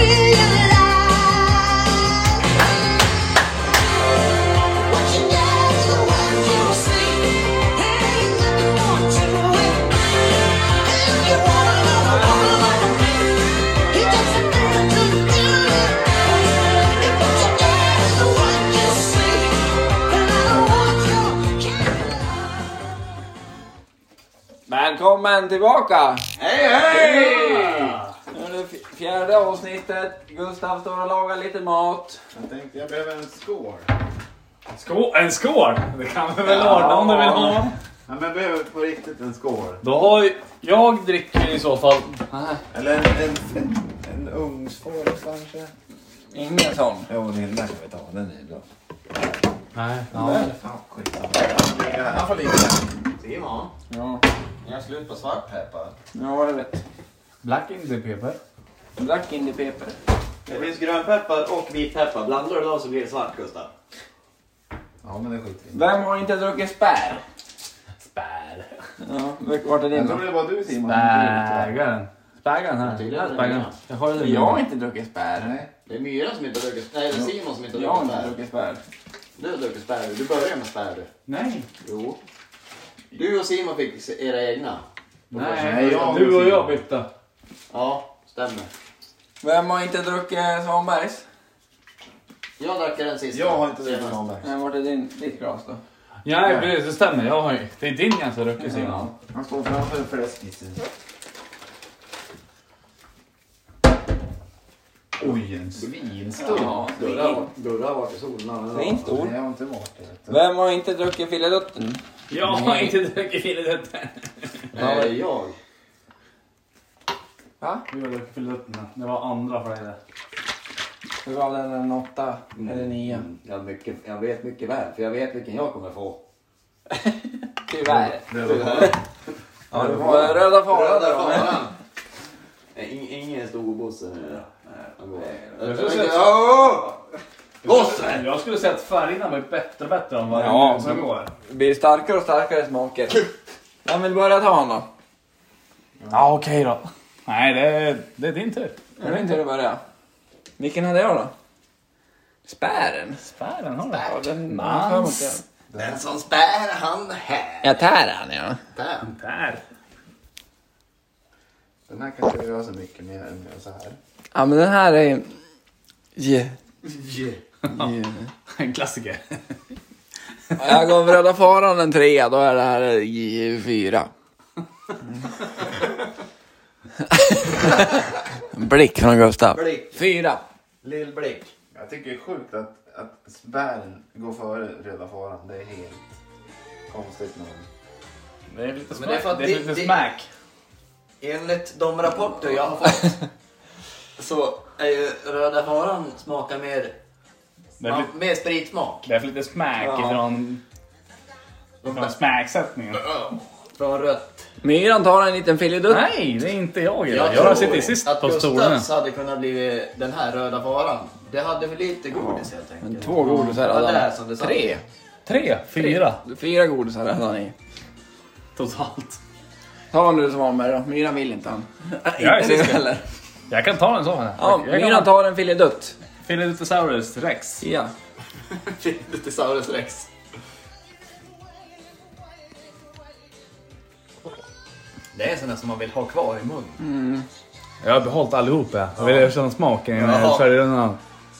Välkommen tillbaka! Hej, hej! Nu är det f- fjärde avsnittet. Gustav står och lagar lite mat. Jag tänkte jag behöver en skål. Skål, en skål! Det kan vi väl ordna om du vill ha. Ja, men jag behöver på riktigt en skål. Då har ju- jag dricker i så fall. Eller en, en, en, en ugnsskål kanske. Ingen sån. Jo, den där kan vi ta. Den är bra. Nej. Fan, skitsamma. Han får ligga där. Simon, Ja, jag har slut på svartpeppar. ja jag vet. Black Indie Pepper. Black Indie Pepper. Det finns grönpeppar och vitpeppar. Blandar du dem så blir det svart, Gustav. Ja, men det skiter vi i. Vem har inte druckit spär? Spär. Ja, vart är din Jag då? tror det var du, Simon. Spägaren. Spägaren här. tydligen Här är det spägaren. mina. Jag har den. Jag har inte druckit spär. Nej. Det är Myra som inte har druckit. Nej, det är Simon som inte Jag har har druckit inte spär. druckit spär. Du har druckit spär. Du börjar med spär du. Nej. Jo. Du och Simon fick era egna. Nej, jag- du och jag bytte. Ja, stämmer. Vem har inte druckit Svanbergs? Jag drack den sista. Jag har inte druckit Senast. någon där. Nej, vart är din, ditt glas då? Ja, precis, det stämmer. Jag har ju. Det är din jag ska druckit Simon. Han står framför en fläskis. Oj, en svinstor. Ja, Gurra Gurra har varit i solen. Fin stor. Nej, jag har inte varit det. Vem har inte druckit filedutten? Jag har inte druckit filedutten. Nej, jag. Va? Vi har druckit filedutten. Det var andra för det. Du gav den en åtta eller nio. Mm, jag, mycket, jag vet mycket väl, för jag vet vilken jag kommer få. Tyvärr. Röda Ja, du får röda faran. Röda då. faran. In, ingen storbosse nu. Han går. Jag skulle säga- Ja! Bosse! Jag skulle säga att färgerna var bättre och bättre än vad Ja, som går. Det blir starkare och starkare smaker. Vem vill börja ta honom då? Ja, okej då. Nej, det är, det är din tur. Jag vet inte hur det börjar. Vilken hade jag då? Spären. Spären har du. Ja, den Mans. Den som spär han här. Jag tär han, ja. Där. Där. Den här kanske vi gör så mycket mer än så här. Ja, men den här är... Yeah. Yeah. En klassiker. Jag gav röda faran en trea, då är det här J fyra. Blick från Gustav. Blick. Fyra. Lillblick. Jag tycker det är sjukt att, att spärren går före röda faran. Det är helt konstigt nog. Det är lite Men det är smack. för att Det är det- lite det- smack. Enligt de rapporter jag har fått så är ju röda faran smakar mer, Det är ja, lite, mer spritsmak. det är lite smack Ja. ifrån, ifrån smacksättningen. För från rött. Myran tar en liten filidutt. Nej, det är inte jag. Jag, Jag jag tror sitter sist att på stolen. Gustavs hade kunnat bli den här röda faran. Det hade väl lite godis helt enkelt. Men två godisar Ja, det är redan. som det sa. Tre. Tre, fyra. Fyra godisar redan i. Totalt. Ta nu Svanberg då. Myran vill inte han. Jag är Inte sist. heller. Jag kan ta en sån här. Ja, jag Myran tar en filidutt. Philadelphosaurus rex. Ja. Lite Saurus Rex. Det är sådana som man vill ha kvar i mun. Jag har behållit allihop. Jag, jag vill känna smaken innan Jaha. jag sväljer den här.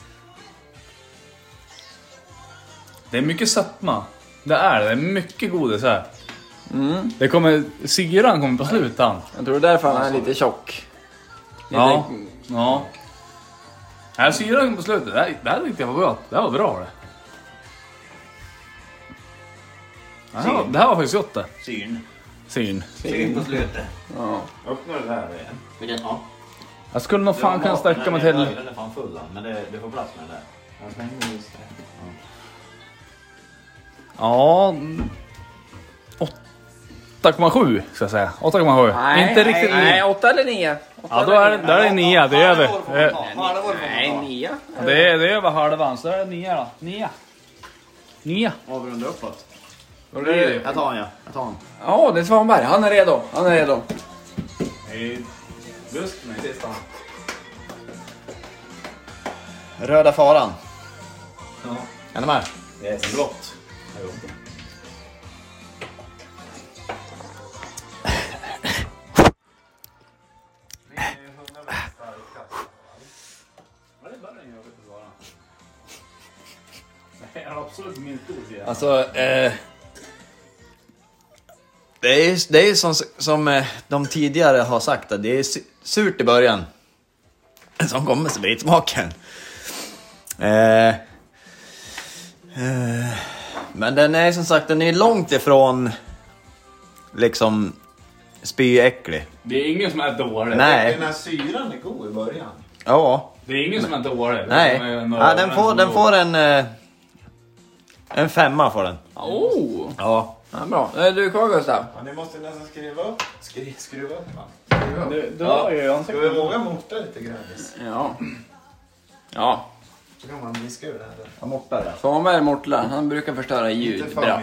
Det är mycket sötma. Det är det. Det är mycket godis här. Mm. Det kommer, syran kommer på slutet. Jag tror det är därför han är lite tjock. Lite, Ja. Ja. Här syran kommer på slutet. Det här, det här tyckte jag var bra. Det här var bra det. Det här, var- det här var faktiskt gott det. Syn. Syn. Syn på slutet. Ja. Öppna det där igen. Vilken, ja. Jag skulle nog fan kunna sträcka mig till... Den är fan full, men det, du får plats med den där. Jag slänger just det. Ja... åtta komma sju ska jag säga. åtta komma sju. Nej, Inte riktigt nej, nej, nio. åtta eller nio. Åtta Ja, då eller är det, nio. då är det nio. Det är över. Det- Nej, nio. Det är, det är över halvan. Så är det nio då. Nio. Nio. Avrunda uppåt. Vad blir det? Jag tar en, ja. Jag tar en. Ja, det är Svanberg. Han är redo. Han är redo. Lusk mig sista. Röda faran. Ja. Är ni med? Yes. Blått. Det är absolut min stor. Alltså, eh, det är ju det är som, som eh, de tidigare har sagt, att det är su- surt i början. Som kommer spritsmaken. Eh, eh, men den är som sagt, den är långt ifrån liksom spyäcklig. Det är ingen som är dålig. Nej. Den här syran är god i början. Ja. Det är ingen som är dålig. Nej. Det är några- Ja, den får, den får en eh, en femma får den. Oh, Ja. ja, bra. Nu är du kvar Gustav. Ja, ni måste nästan skriva upp. Skri, skruva upp va? Du, du har ju Ska ansiktet. vi våga morta lite grannis? Ja. Ja. Så kan man viska ur det här. Jag mortar det. Svanberg mortlar. Han brukar förstöra ljud. Inte för Bra.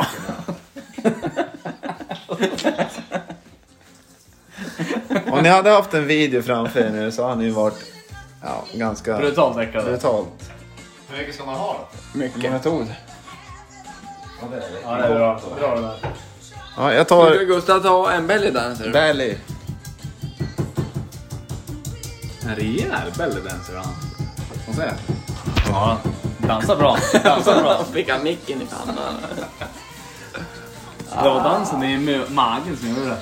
mycket. Om ni hade haft en video framför er nu så hade ni varit ja, ganska Brutalt äckade. brutalt. Hur mycket ska man ha då? Mycket. Metod. Ja, det är bra. Bra det där. Ja, jag Ska tar Gustav ta en belly dancer? belly. En rejäl belly dancer han. Vad säger jag? Ja, dansa bra. Dansa bra. Fick han micken i pannan. Det var dansen i mu- magen som gjorde det.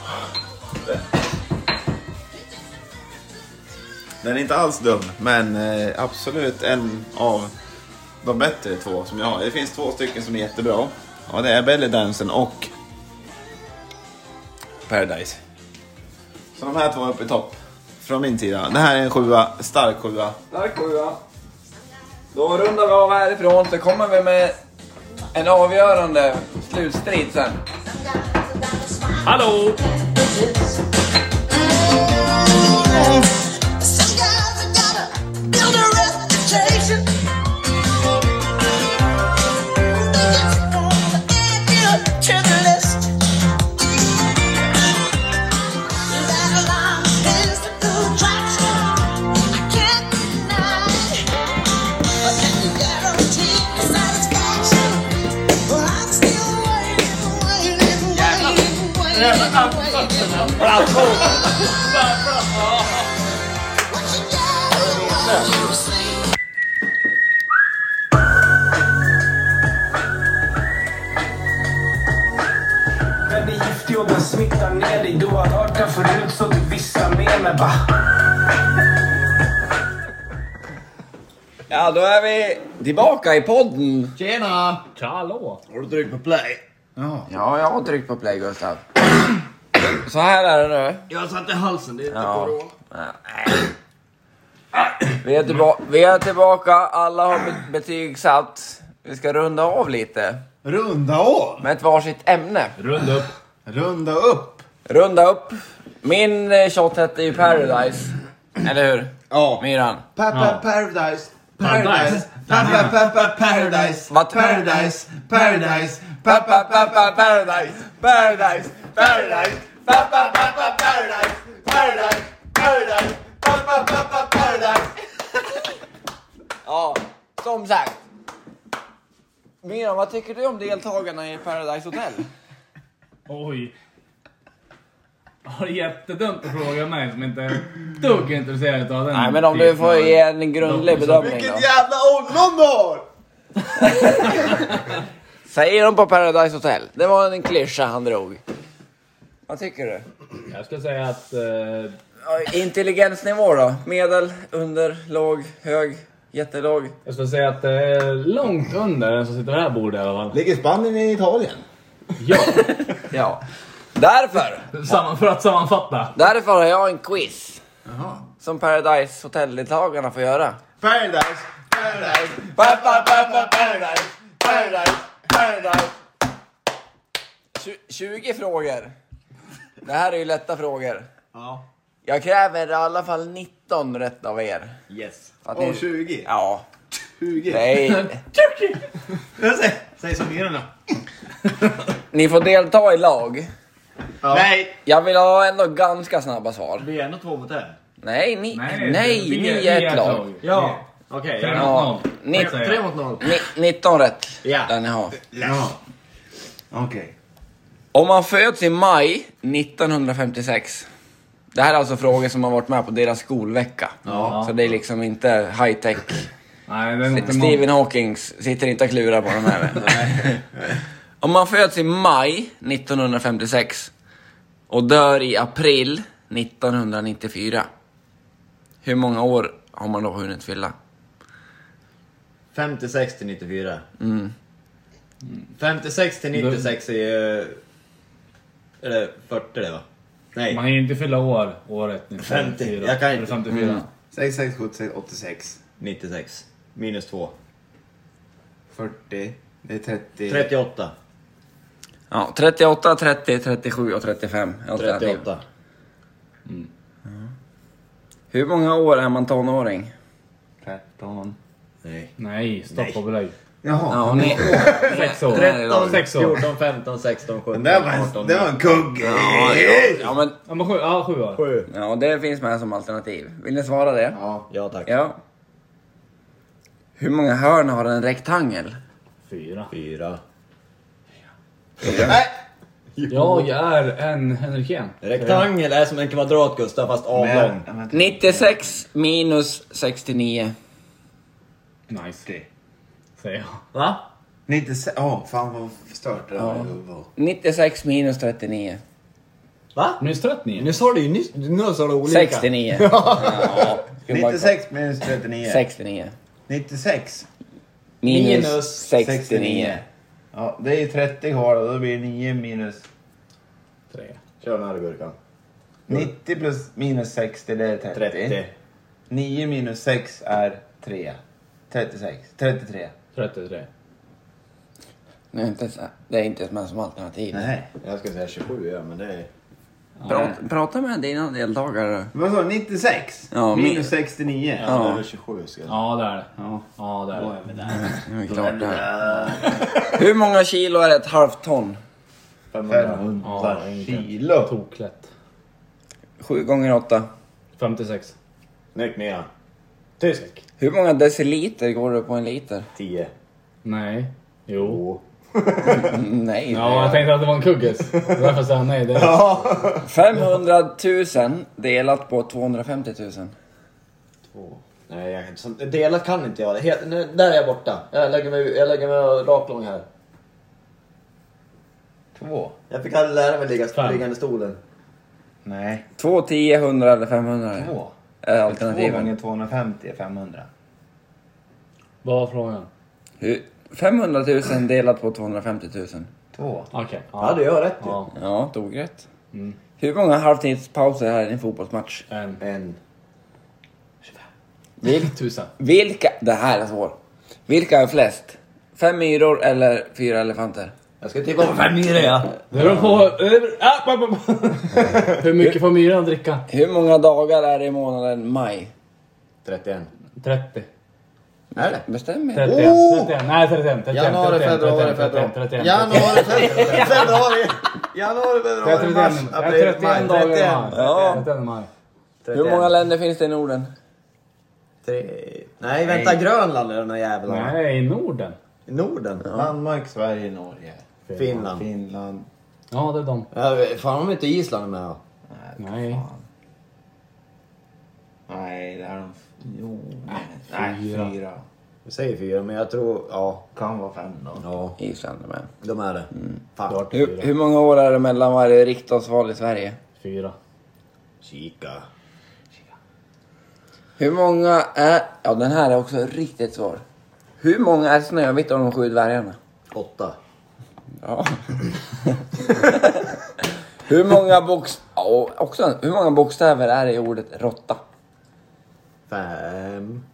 Den är inte alls dum, men eh, absolut en av de bättre två som jag har. Det finns två stycken som är jättebra. Ja, det är Belly Dancen och Paradise. Så de här två är uppe i topp. Från min sida. Det här är en sjua, stark sjua. Stark sjua. Då rundar vi av härifrån så kommer vi med en avgörande slutstrid sen. Hallå! Some guys have gotta build a reputation. They just wanna add you to the list. That line is the good traction. I can't deny. But can you guarantee satisfaction? Well, I'm still waiting, waiting, waiting, waiting, waiting. What you got, what you see. När det giftjobben smittar ner dig. Du har hört det förut så du visslar med mig bara. Ja, då är vi tillbaka i podden. Tjena! Hallå! Har du tryckt på play? Ja, jag har tryckt på play Gustav. Så här är det nu. Jag satt i halsen, det är inte Ja. corona. Vi är, tillba- vi är tillbaka, alla har be- betygsatt. Vi ska runda av lite Runda av! med ett varsitt ämne. Runda upp. Runda upp. Runda upp. Min eh, shot hette ju Paradise. Eller hur? Ja. Myran. Pappa Paradise. Paradise. Pappa pappa Paradise. Vad- Paradise. Paradise. Pappa, pappa, Paradise. Paradise. Paradise. Pappa pappa Paradise. Paradise. Paradise. Pappa pappa Paradise. Ja, som sagt. Myran, vad tycker du om deltagarna i Paradise Hotel? Oj. Det är jättedumt att fråga mig som inte är dugg intresserad av den. Nej, men om du får ge en grundlig bedömning då. Vilket jävla ollon du har! Säger de på Paradise Hotel. Det var en klyscha han drog. Vad tycker du? Jag skulle säga att... Eh, Ja, intelligensnivå då? Medel, under, låg, hög, jättelåg. jag skulle säga att det är långt under den som sitter här bordet i alla fall. Ligger Spanien i Italien? Ja. Ja. Därför. Samman, för att sammanfatta. Därför har jag en quiz. Jaha. Som Paradise Hotel-deltagarna får göra. Paradise. Paradise. Pappa, pappa, Paradise. Paradise. Paradise. Tju- tjugo frågor. Det här är ju lätta frågor. Ja. Jag kräver i alla fall nitton rätt av er. Yes. Att Och ni- tjugo. Ja. tjugo. Nej. Säg, säg som myrorna. Ni får delta i lag. Ja. Nej. Jag vill ha ändå ganska snabba svar. Vi är ändå två mot en. Nej, ni, nej, Nej, ni vi är ett lag. Ja, okej. Tre ja. mot noll. Ni- säger jag. Tre mot noll. Ni, nitton rätt. Ja. Där ni har. Ja. Okej. Om man föds i maj nittonhundrafemtiosex. Det här är alltså frågor som har varit med på deras skolvecka. Ja. Så det är liksom inte high tech. Nej, det är inte Stephen Hawking sitter inte och klurar på de här. Om man föds i maj nittonhundrafemtiosex och dör i april nittonhundranittiofyra. Hur många år har man då hunnit fylla? femtiosex till nittiofyra. Mm. femtiosex till nittiosex är ju... Är det fyrtio det va? Nej. Man är inte fylla år, året femtio. Jag kan inte. Eller femtiofyra. Mm. sex, sex, sju, sex, åttiosex. nittiosex. Minus två. fyrtio. Det är trettio. trettioåtta. Ja, trettioåtta, trettio, trettiosju och trettiofem. Alternativ. trettioåtta. Hur många år är man tonåring? tretton. Nej. Nej, stopp och belägg. Jaha. Ja, ni... Sex år. tretton, Sex år. fjorton, femton, sexton, sjutton, Det var, arton, det var en kugge. Ja, ja, ja, men, Ja, men sju, ja, sju år. sju. ja, det finns med som alternativ. Vill ni svara det? Ja. Ja tack. Ja. Hur många hörn har en rektangel? Fyra. Fyra. Nej. Jag är en Henrikén. Rektangel är som en kvadrat, Gustav, fast avlång. Men, nittiosex minus sextionio. Nice. Säger jag. Va? nittiosex. Åh, fan vad förstört det Ja. var. nittiosex minus trettionio. Va? Minus trettionio. Nu sa du ju nyss, nu sa du olika. sextionio. Ja. nittiosex minus trettionio. sextionio. nittiosex. Minus, Minus sextionio. Ja, det är ju trettio kvar och då blir det nio minus... Tre. Kör den här gurkan. nittio plus minus sextio, det är trettio. trettio. nio minus sex är tre. trettiosex. trettiotre. trettiotre. Det är inte, så- det är inte med som alternativ. Nej. Jag ska säga tjugosju, ja, men det är... Prata, prata med dina deltagare. Vad sa du? nittiosex? Ja, min- minus sextionio. Ja, det är väl tjugosju ska jag säga. Ja, det är det. Ja. Ja, det är Då det. är vi där. Det är klart det här. Hur många kilo är ett halvt ton? femhundra. femhundra Ja, kilo. Toklätt. Sju gånger åtta. femtiosex. Snyggt Mia. Tysk. Hur många deciliter går det på en liter? tio. Nej. Jo. Mm, Nej. Ja, jag tänkte att det var en kuggis. Därför sa jag nej. Det är... femhundratusen delat på tvåhundrafemtiotusen. Två. Nej, jag kan inte... som- Delat kan inte jag. Helt, nu, där är jag borta. Jag lägger mig, jag lägger mig raklång här. Två. Jag fick aldrig lära mig ligga Fem. liggande stolen. Nej. Två, tio, hundra eller femhundra? Två. Är Två alternativen. gånger tvåhundrafemtio är femhundra. Vad var frågan? Hur- femhundratusen delat på tvåhundrafemtiotusen. Två. Okej. Ja, det gör jag rätt ju. Ja. Ja, tog rätt. Mm. Hur många halvtidspauser är i en fotbollsmatch? En. En. Vil- Tusen. vilka, det här är svårt. Vilka är flest? Fem myror eller fyra elefanter? Jag ska tippa på fem myror, ja. Det beror på... Hur mycket får myran dricka? Hur många dagar är det i månaden maj? trettioen. trettio. Är det? Bestäm er. trettioen. Oh! trettioen. Nej, trettioen. trettioen. Januari, trettioen, februari, trettioen, februari. trettioen. Januari, februari, februari. Januari, februari, mars, trettioen. april, trettioen maj. dagar i trettioen. maj. Ja. trettioen maj. Hur många länder finns det i Norden? Tre... Nej, vänta, Grönland är den här jävla. Nej, i Norden. I Norden? Danmark, Sverige, Norge. Finland. Finland. Ja, det är de. Ja, fan om inte Island är med då. Nej. Nej, det är de... Jo, nej, Fyra. fyra. Vi säger fyra, men jag tror... Ja, Kan vara fem då. ja Island är med. de är det. Fan. Klart Hur, fyra. hur många år är det mellan varje riksdagsval i Sverige? Fyra. Kika. Hur många är... Ja, den här är också riktigt svår. Hur många är Snövit av de sju dvärgarna? Åtta. Ja. Hur många boks... Ja, också. Hur många bokstäver är det i ordet råtta? Fem.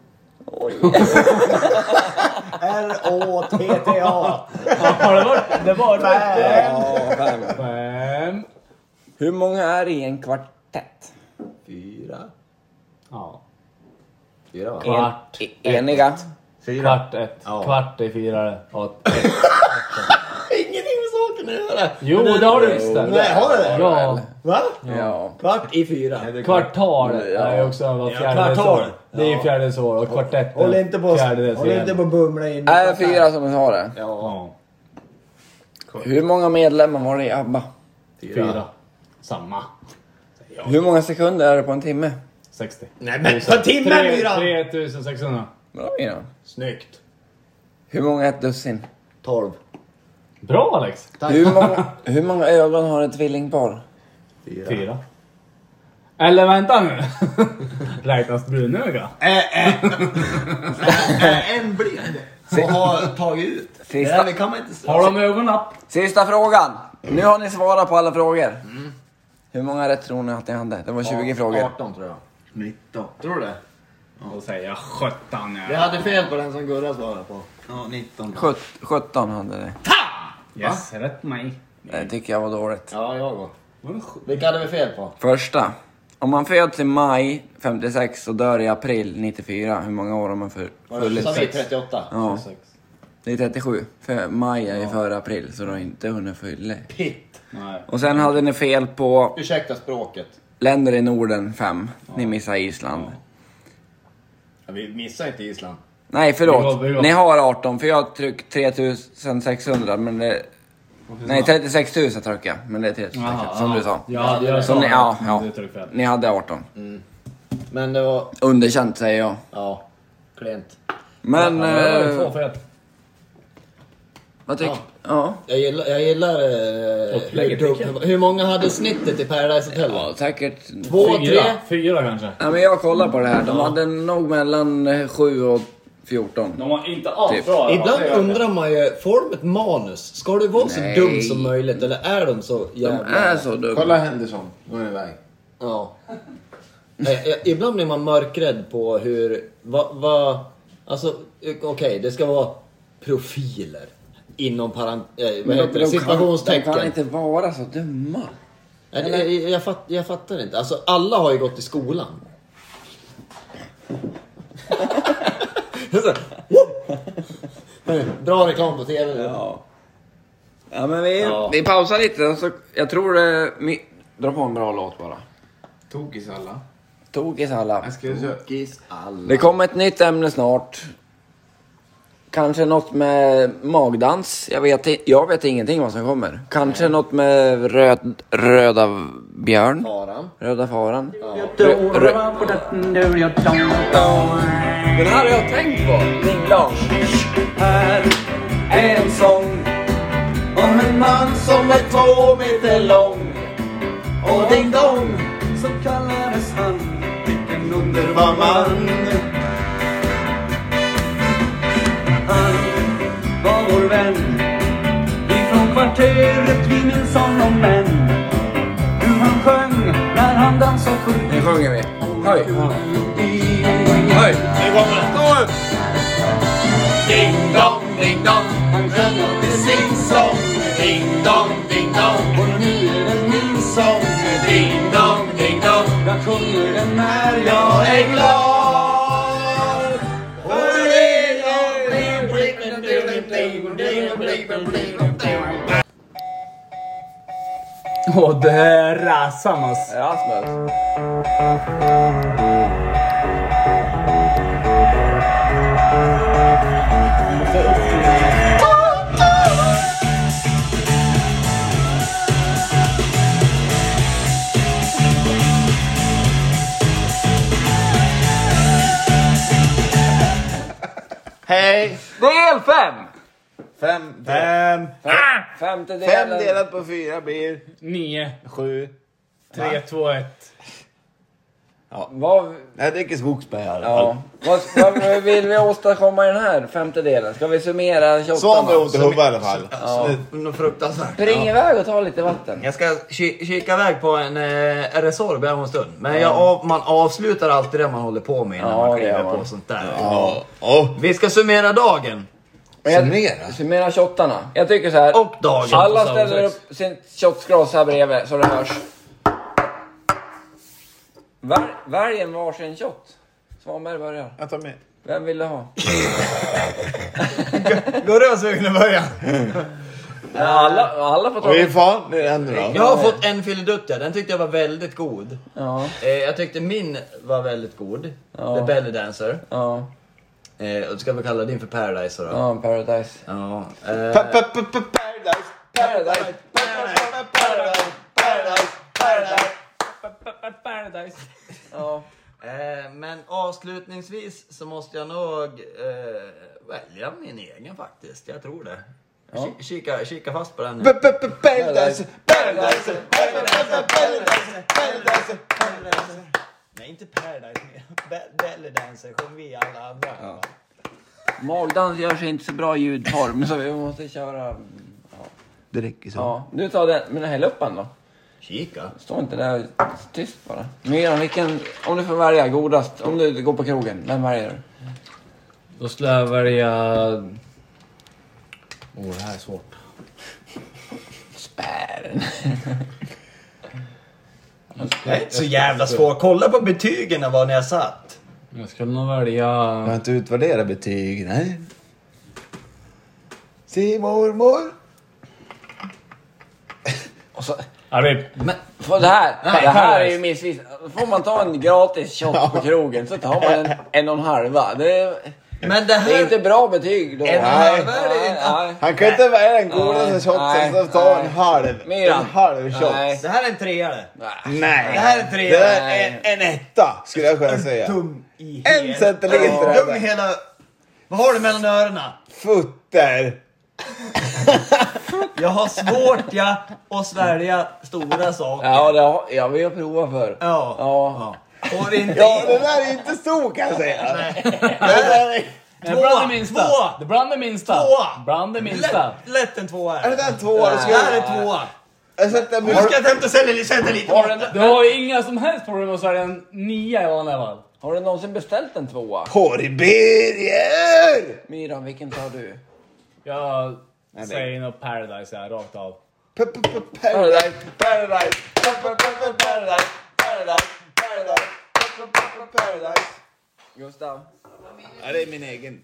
R-O-T-T-A. Ja, det var det. Var det. Ja, fem. Fem. Hur många är det i en kvartett? Fyra. Ja. Fyra va? Kvart. E- eniga. Kvart ett. Ja. Kvart i fyra. Ja. Ingenting med saken att göra. Jo, det har du visst det. Nej, har du det? Ja. Va? Ja. Kvart i fyra. Kvartal är också var Ja, fjärdedels kvartal. år. Det är ju fjärdedels år och kvartett Håll inte på, fjärdedels håll inte på bumla in. Är det fyra som har det? Ja. Hur många medlemmar var det i ABBA? Fyra. Samma. Hur många sekunder är det på en timme? sextio. Nej men på timmen myra! tre tusen sexhundra. Bra, Iran. Snyggt. Hur många är ett dussin? Tolv. Bra Alex. Hur många, hur många ögon har ett tvillingpar? Fyra. Fyra. Eller vänta nu. Räknas brunöga? En blind. Och har tagit ut. Sista, Det kan man inte Har de ögonlapp? sista frågan. Nu har ni svarat på alla frågor. Hur många rätt tror ni att ni hade? Det var tjugo frågor. arton tror jag. nitton. Tror du det? Då säger jag sjutton. Vi hade fel på den som Gurra svarade på. Ja, nitton. Sjut- sjutton hade det. Yes, rätt mig. Det tycker jag var dåligt. Ja, jag går. Vilka hade vi fel på? Första. Om man föds i maj femtiosex och dör i april nittiofyra, hur många år har man för, funnits? Sa vi trettioåtta? Ja, det är trettiosju. För maj är ju före april, så du har inte hunnit fylla. Pitt. Nej. Och sen hade ni fel på Ursäkta språket. länder i Norden fem. Ni missade Island. Ja, vi missar inte Island. Nej, förlåt. Vi går- vi går. Ni har arton, för jag har tryckt tre tusen sexhundra, men det... Nej, trettiosex tusen tryckte jag, men det är tre tusen sexhundra, som du sa. Ja, jag Som sa ni, det. ja, ja. Det tryckte fel. Ni hade arton. Men det var... Underkänt, säger jag. Ja, klent. Men... Ja, det var ju eh, två fel. vad tycker... Ja. Ja. Jag gillar... Jag gillar eh, Upplägget, hur, tycker jag. hur många hade snittet i Paradise Hotel? Ja, säkert... Två, Fyra. tre? Fyra kanske. Ja, men jag kollar på det här. De hade nog mellan eh, sju och fjorton. De var inte alls Typ. bra. Ibland undrar man ju, får de ett manus? Ska det vara så Nej. dum som möjligt? Eller är de så De jävla... är så dumma. Kolla Henderson, gå iväg. Ja. Eh, eh, Ibland blir man mörkrädd på hur... Vad... Va, alltså, eh, okej, det ska vara profiler. Inom parent... Eh, vad Men heter de, det? de, kan, de Situationstecken. kan inte vara så dumma. Nej, det- jag, jag, fatt, jag fattar inte. Alltså, alla har ju gått i skolan. Så, bra reklam på tv nu. Ja. Ja, men vi, Ja. vi pausar lite. Så jag tror det... Mi, dra på en bra låt bara. Tokis alla. Tokis alla. Jag ska köra. Kiss alla. Det kommer ett nytt ämne snart. Kanske något med magdans. Jag vet, i- jag vet ingenting vad som kommer. Kanske något med röd, röda björn. Faran. Röda faran. Rö, rö, den här har jag tänkt på. Ding-dong. Här är en sång om en man som är två meter lång. Och ding-dong så kallades han. Vilken underbar man. Han var vår vän ifrån kvarteret, vi minns honom än. Hur han sjöng när han dansade för... Nu sjunger vi. Höj. Höj. Nu kommer det. Stå upp. Ding dong, ding dong. Han sjöng alltid sin sång. Ding dong, ding dong. Och nu är det min sång. Ding dong, ding dong. Jag sjunger den när jag är glad. Och det är Och det är Rasmus. Rasmus. Hej! Del fem! Fem, Fem. Femte delen. fem delat på fyra blir Nio. sju. Tre, två, ett. Vad, Jag dricker skogsbär i alla fall. ja. vad, vad vill vi åstadkomma i den här femte delen? Ska vi summera tjugoåtta? Så har vi ont i huvudet i alla fall. Ja. Något fruktansvärt. Spring iväg och ta lite vatten. Jag ska ki- kika iväg på en eh, Resorb här om en stund. Men jag av, man avslutar alltid det man håller på med innan Ja, man det kliver gör man. på sånt där. Ja. Oh. Vi ska summera dagen. Summera. Summera tjottarna. Jag tycker så här. Och dagen. Alla på ställer sex. upp sin shotsglas här bredvid så det hörs. Väl, välj en varsin shot. Svanberg börjar. Jag tar med. Vem vill du ha? Går du och sugen i början? Ja, alla, alla får ta Och hur en. fan är det ändå då? Jag har fått en filidutt, den tyckte jag var väldigt god. Ja, Eh, jag tyckte min var väldigt god. Ja. The Belly Dancer. ja, Eh, och ska vi kalla din för Paradise då? ja, Paradise. Ja. Pa- Eh, pa- pa- pa- Paradise. Paradise. Paradise. Paradise. Paradise. Paradise. Ja. eh, men avslutningsvis så måste jag nog eh, välja min egen faktiskt. Jag tror det. Ki- Kika, kika fast på den. Pa- pa- pa- Paradise. Paradise. Paradise. Paradise. Paradise. Nej, inte Paradise. Be- Belly Dancer kom vi alla andra. Ja. Magdans gör sig inte så bra i ljudform så vi måste köra. Det räcker så. Ja, du tar den, men häll upp den då. Kika. Stå inte där tyst bara. Myran, vilken, om du får välja godast, om du går på krogen, vem väljer du? Då skulle jag välja... Åh, oh, det här är svårt. Spären. Det är inte så jävla svårt. Kolla på betygen av vad ni har satt. Jag skulle nog välja... Jag har inte utvärderat betyg, nej. Se mormor. Och så, Arvid. men för det här, Nej, det här är Paradise. ju missvis. Får man ta en gratis shot på krogen så tar man en, en och en halva. Det är, Men det det är här... inte bra betyg då. En halva är det Nej, inte. nej. Han kan inte välja den godaste Nej, shotsen nej, så ta en nej. halv. Miran. En halv shot. Nej. Det här är en trea det. Nej. Det här är tre. Det där är en etta skulle jag kunna säga. Tum i En hel- centiliter. Dum i hela... Vad har du mellan öronen? Futter. Jag har svårt ja, att svälja stora saker. Ja, det har, ja, vi har provat för. Ja. Ja. Och inte Ja, det där är inte stor kan jag säga. Det där är... Det är bland det minsta. Två. Det är bland det minsta. Två. Bland det minsta. Lätt, lätt en tvåa. Är det där två? Det här är tvåa. Jag sätter Nu mig... ska jag hämta center lite. Har, du, Du har ju inga som helst problem att svälja en nia i vanliga fall. har du någonsin beställt en tvåa? Porrberger! Myran, vilken tar du? Jag säger nog Paradise här, rakt av. Paradise. Paradise. Paradise. Paradise. Paradise. Paradise. Paradise. Gustav. Ja, det är min egen.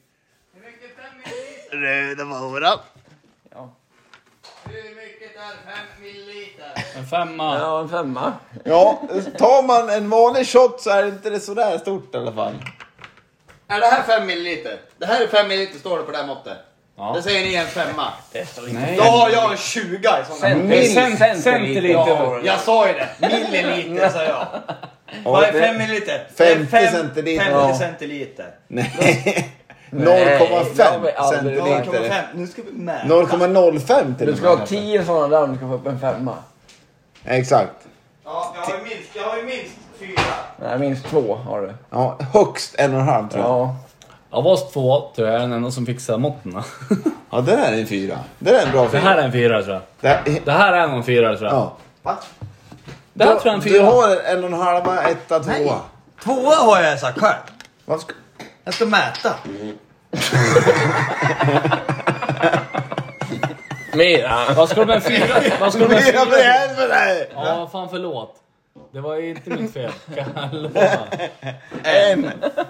Röda våra. Ja. Hur mycket är fem milliliter? En femma. Ja, en femma. Ja, tar man en vanlig shot så är det inte det sådär stort i alla fall. Är det här fem milliliter? Det här är fem milliliter står det på det här måttet. Ja. Det säger ni en femma. Nej. Då har jag en tjugo i sådana. Cent- Cent- centiliter. centiliter. Ja, Jag sa ju det. Milliliter sa jag. Vad är fem milliliter? femtio Det är fem- centiliter. femtio Ja. centiliter. Nej. noll komma det har vi fem aldrig noll komma centiliter. fem. Nu ska vi mäta. noll komma noll fem till Du och ska ha med. tio sådana där om du ska få upp en femma. Exakt. Ja, jag har ju minst, jag har ju minst fyra. Nej, minst två har du. Ja, högst en och en halv tror jag. Ja. Av oss två tror jag är den enda som fixar måtten. Ja, det här är en fyra. Det är en bra Det fyra. här är en fyra tror jag. Det här, Det här är nog en fyra tror jag. ja. Va? Det här tror jag är en Du fyra. har en och en halva, etta, Nej. tvåa. Tvåa har jag sagt själv. Vad ska... Jag ska mäta. Mera. Vad ska du med en fyra? Vad ska du med en Mera för fyra? helvete! Ja, fan förlåt. Det var ju inte mitt fel. Kan jag lova. En.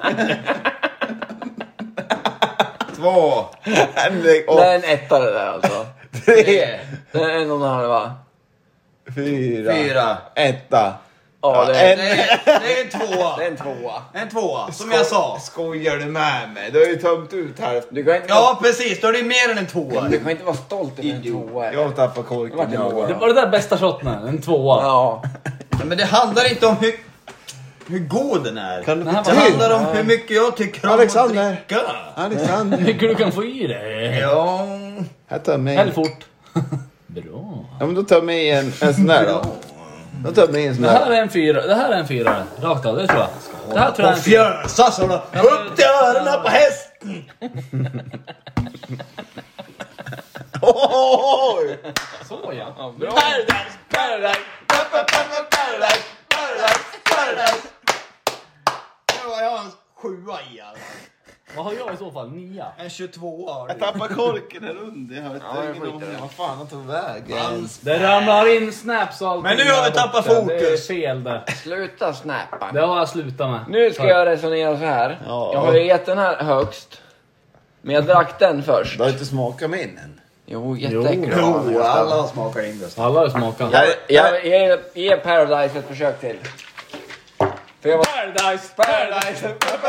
Två. En. Det Och är en etta det där alltså. tre. Det är en och en halv va? Fyra. Fyra. Etta. Ja, det är, En. Det är, det är en tvåa. det är en tvåa. En tvåa, som jag sa. Skojar du med mig? Du har ju tömt ut hälften. Du kan inte, Ja, precis. Då är det mer än en tvåa. du kan inte vara stolt över en tvåa. Jag tappar korken. Vart är mål? Det var det där bästa shoten, en tvåa. Ja. Men det handlar inte om hur, hur god den är. Kan du Nej, få Det vad- till? handlar om hur mycket jag tycker om Alexander. att dricka. Alexander. Hur mycket du kan få i det. Ja. Jag tar med. Häll fort. Bra. Ja, men då tar jag med en, en sån där då. Då tar jag med en sån Det här där. är en fyra. Det här är en fyra. Rakt av, det tror jag. Det här tror jag är Och en fyra. fjösa så då. Upp till öronen på hästen. Oj! Så ja. Bra. Paradise, paradise, paradise, paradise, paradise. Nu har jag en sjua i alla. Vad har jag i så fall? Nia. En tjugotvåa har Jag du. tappar korken här under. Jag vet Ja, jag ingen skiter i om det. vad fan han tog vägen. Det ramlar in snaps och allting. Men nu har vi där tappat borta. fokus. Det är fel det. Sluta snappa. Det har jag slutat med. Nu ska jag resonera så här. Ja. Jag har ju gett den här högst. Men jag drack den först. Du har inte smakat min än. Jo, jätteäckligt. Jo, alla smakar Indus. Alla har smakat. Jag, jag, jag ger Paradise ett försök till. För jag var... Paradise, Paradise!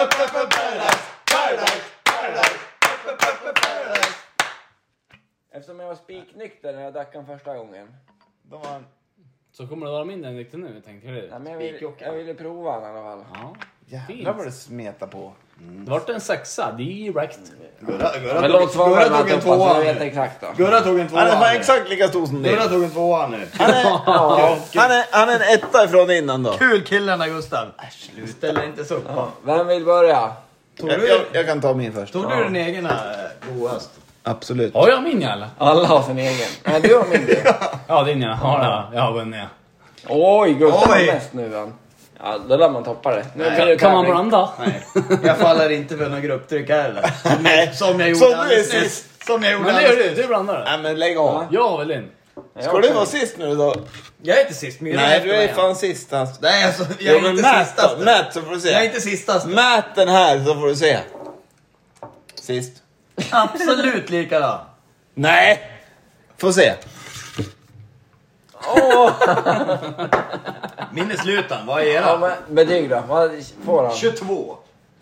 Eftersom jag var spiknykter när jag drack den första gången. Då var han... Så kommer det vara mindre än riktigt nu, tänker du? Ja, men jag, ville, jag ville prova den i alla fall. Ja. Jävlar vad det smetar på. Det vart en sexa, direkt. Gurra, Gurra Men tog, låt svara Gurra med tog en att så tvåa jag vet nu. exakt då. Gurra tog en tvåa Han är fan nu. exakt lika stor som Gurra din. tog en tvåa nu. Han är, han är, han är en etta ifrån innan då. Kul killarna Gustav. Du ställer inte så upp. Ja. Vem vill börja? Tog Jag, du, jag, jag kan ta min först. tog du din egna eh, godast? Absolut. Har jag min eller? Alla har sin egen. Nej, du har min del. Ja, din ja. Ja, jag har vunnit. Oj, Gustav har Oj. mest nu än. Ja, då lär man toppa det. Nu blir det Kan, kan man tävling. blanda? Nej. Jag faller inte för någon grupptryck heller. Nej. Som jag gjorde Som du är alldeles sist. nyss. Som jag gjorde Men det gör alldeles du, du blandar det. Nej men lägg av. Jag har väl din. Ska du vara sist nu då? Jag är inte sist, men jag Nej efter du är mig. fan sist alltså. Nej, alltså, jag Jo, är men inte mät sista. då. Mät så får du se. Jag är inte sista. Mät den här så får du se. Sist. Absolut likadan. Nej. Får se. Minneslutan, vad är Ja, era? men betyg då? Vad får han? tjugotvå.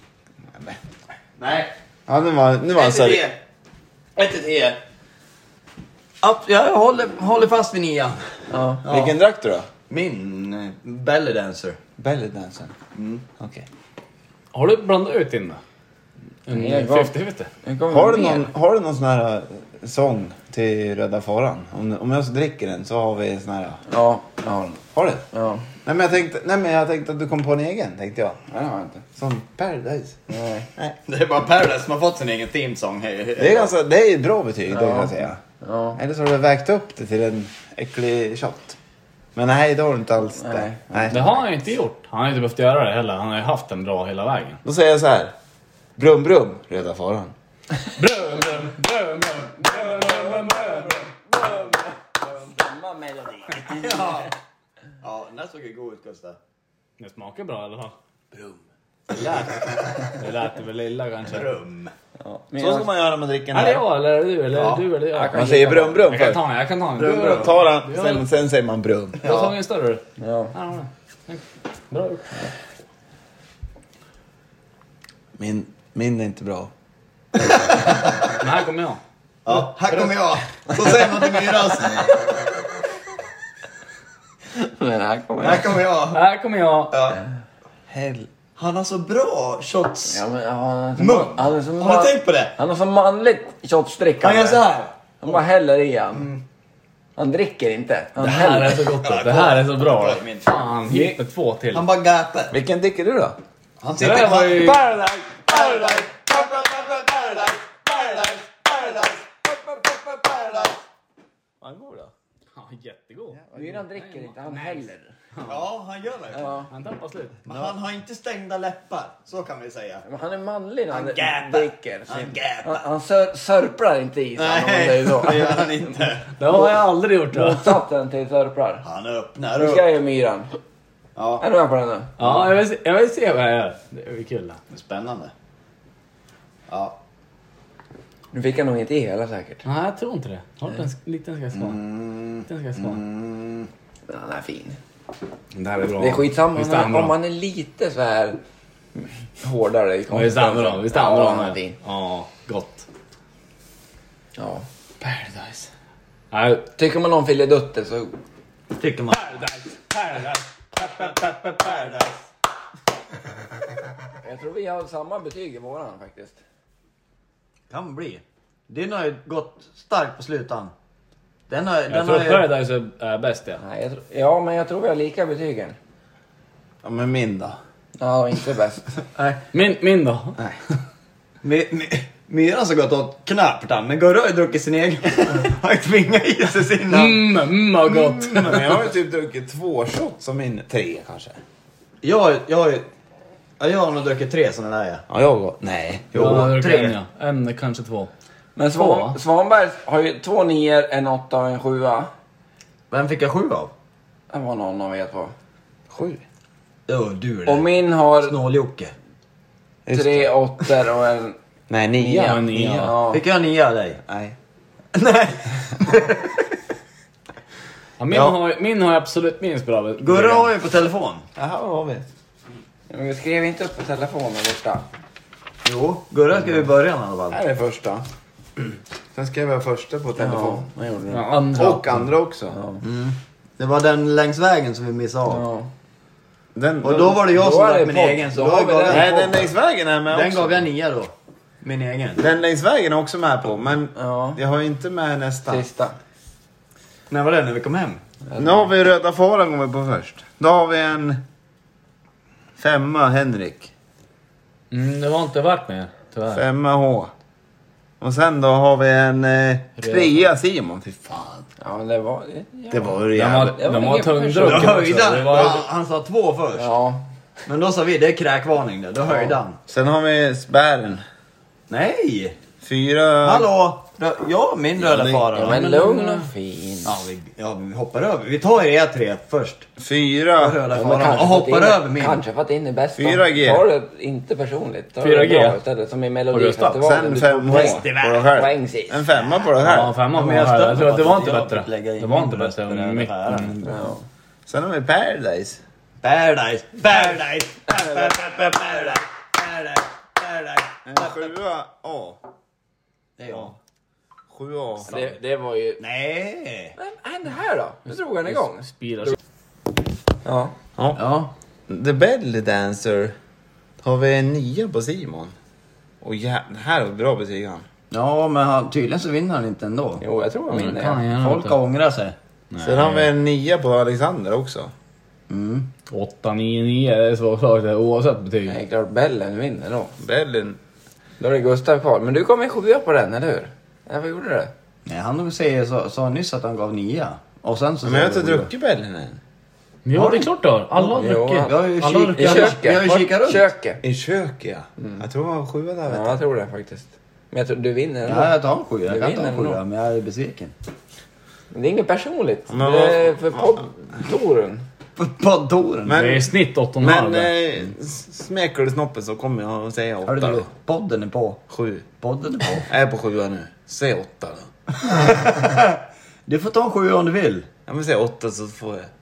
Nej. Ja nu var, nu var han Ett till seriös. tre. Ett till tre. Ja, jag håller, håller fast vid nian. Ja. Vilken drack du då? Min eh, belly dancer. Belly dancer. Mm. Okej. Har du blandat ut din då? En Jag gav- femtio femtio. Nu kommer Har du mer. någon, har du någon sån här äh, sång till Röda Faran? Om, om jag så dricker den så har vi en sån här. Ja, jag har den. Har du? Ja. Nej men jag tänkte, nej men jag tänkte att du kom på en egen, tänkte jag. Nej, det har jag inte. Som Paradise. Nej. Nej. Det är bara Paradise som har fått sin egen themesång. Det är ganska, det är ett bra betyg, det kan jag säga. Ja. Eller så har du vägt upp det till en äcklig shot. Men nej, det har du inte alls. Nej. Nej. nej. Det har han ju inte gjort. Han har inte behövt göra det heller. Han har ju haft den bra hela vägen. Då säger jag så här. Brum brum, Röda Faran. Brum, brum, brum, brum, brum, brum, Samma melodi. Ja. Ja, den där såg ju god ut, Gustav. Det smakar bra i alla fall. Brum. Det lät, det lät väl lilla kanske. Rum. Ja. Så ska man göra när man dricker en Är det här. jag eller är det du? Eller Ja. du eller jag? Man säger brum brum Jag kan först. ta den, jag kan ta den. Brum, brum. Ta den, sen, sen säger man brum. Jag tar en större. Ja. Ja, ja. Bra gjort. Min, min är inte bra. Men här kommer jag. Ja, här kommer jag. Så säger man till Myras. Men här kommer Här jag. kommer jag. Här kommer jag. Ja. Hell. Han har så bra shots. Ja, men, ja, han är så, Mun. man, han är så, Har man, du tänkt på det? han har så manligt shotstrickande. Han gör så här. Han bara häller i han. Han dricker inte. Han Det här häller. är så gott. Det här är så bra. Kolla min. Fan, hit med två till. Han bara gapar. Vilken dricker du då? Han Det sitter där var kvar. ju... Paradise! Paradise, paradise, paradise, paradise, paradise, paradise. Vad god då? Ja, jättegod. Myran dricker inte, han häller. Ja, han gör verkligen. Ja. Han tappar slut. Men han har inte stängda läppar, så kan vi säga. Men han är manlig när han, Han gäpar. dricker. Han Han, gäpar. han sör, sörplar inte i sig. om man säger så. det gör han inte. Det har jag aldrig gjort då. Motsatsen till sörplar. Han öppnar Nu upp. ska jag göra myran. Ja, Är du med på den nu? Ja, jag vill se, jag vill se vad jag gör. Det är kul. Då. det är spännande. Ja. Nu fick jag nog inte i hela säkert. Nej, jag tror inte det. Har du en liten ska jag svara? Mm. Liten ska jag svara. Mm. Men han är fin. Det här är bra. Det är skitsamma Visst om är han man, bra? om man är lite så här hårdare i Ja, visst är han bra. Visst är han bra. Ja, han är med. fin. Ja, gott. Ja. Paradise. Nej, Tycker man om filidutter så... Tycker man. Paradise. Paradise. Paradise. Jag tror vi har samma betyg i våran faktiskt. Kan bli. Den har ju gått starkt på slutan. Den har, Jag den tror har att ju... Paradise är, är bäst, ja. Nej, jag tror, ja, men jag tror vi har lika betygen. Ja, men min då? Ja, inte bäst. Nej. Min, min då? My, my, Myran så gott åt knappt han, men Gurra har ju druckit sin egen. Har ju tvingat i sig sina. Mm, mm, vad gott. Men jag har ju typ druckit två shots som min. Tre kanske. Jag, jag, ja, jag har nog druckit tre sådana där, ja. Ja, jag går. Nej. Jo, jag har tre. en, ja. En, kanske två. Men Svan, Svanberg har ju två nior, en åtta och en sjua. Vem fick jag sju av? Det var någon av er två. Sju. Jo, du det. Och min har Snål-Jocke. tre åttor och en Nej, nia. nia. Ja, en nia. Ja. Fick jag nia av dig? Nej. Nej. Ja, min, Ja. Har, min har absolut minst bra. Gurra har ju på telefon. Jaha, vad har vi? Men vi skrev inte upp på telefonen borta. Jo, Gurra ska vi börja i alla fall. Här är första. Sen skrev jag första på telefon. vad gjorde du? Ja, andra. Och andra också. Det var den längs vägen som vi missade av. Ja. Den, Och då var det jag Då som är var det min podd. egen. Så Då då har vi gav den. jag, Nej, den längs vägen är med den också. gav jag nia då. Min egen. Den längs vägen är också med på, men Ja. jag har inte med nästa. Sista. När var det? När vi kom hem? Nu har vi Röda Faran går vi på först. Då har vi en femma Henrik. Mm, det var inte värt mer, tyvärr. Femma H. Och sen då har vi en eh, trea Simon. Fy fan. Ja, men det var... Ja. Det var ju De jävligt. var, Det var de var ingen tungdrucken person. också. Höjda. Det var, Ja, han sa två först. Ja. Men då sa vi, det är kräkvarning där. Då höjde han. Sen har vi Spärren. Nej! Fyra... Hallå! Rö- Ja, min röda fara. Ja, då. men lugn och fin. Ja, vi, ja, vi hoppar över. Vi tar er tre först. Fyra... Röda Ja, men faran. Och för att hoppar in- över min. Kanske för att in är bäst. fyra G. Ta det inte personligt. Ta fyra det G. bra istället, som i Melodifestivalen. Sen Du fem tog H poäng. på dig själv. Poäng sist. En femma på dig ja, själv. femma Ja, på men jag här. Jag tror att det var inte jag bättre. fick lägga in Det var min inte röst bättre. på den Mycket. här. Mm. Ja. Sen har vi Paradise. Paradise, paradise, paradise, paradise, paradise, paradise. En sjua A. Det är jag. Sju A. Det, det var ju... Nej! Vad hände här då? Nu drog han igång. Spirar. Ja. Ja. The Belly Dancer. Har vi en nia på Simon. Och ja, det här är bra betyg han. Ja, men han, tydligen så vinner han inte ändå. Jo, jag tror han Mm, vinner. kan han Ja. gärna Folk inte. har ångrat sig. Sen har vi en nia på Alexander också. Mm. åtta, nio, nio. Det är så klart det, oavsett betyg. Nej, klart Bellen vinner då. Bellin. Då är det Gustav kvar. Men du kom en sjua på den, eller hur? Ja, vad gjorde du? Nej, han säger, så, sa nyss att han gav nia. Och sen så Men jag har säger inte vi- druckit Bellin än. Ja, det är klart du har. Alla har Jo, druckit. Vi har ju Alla har kik- I druckit. Ja, köket. vi har ju Vart? kikat runt. Köket. I köket, ja. Jag tror han var sjua där, vet Ja, du. jag tror det faktiskt. Men jag tror du vinner ändå. Ja, jag tar en sjua. Jag Du kan ta vinner en sjua, ändå. men jag är besviken. Men det är inget personligt. Men det är vad- för poddtoren. På poddtoren. Men- Det är snitt åtta och en halv. Men eh, s- smeker du snoppen så kommer jag att säga Hörru åtta du, då. podden är på. Sju. Podden är på. Jag är på sjua nu. Säg åtta då. Du får ta en sjua om du vill. Ja men säg åtta så får jag.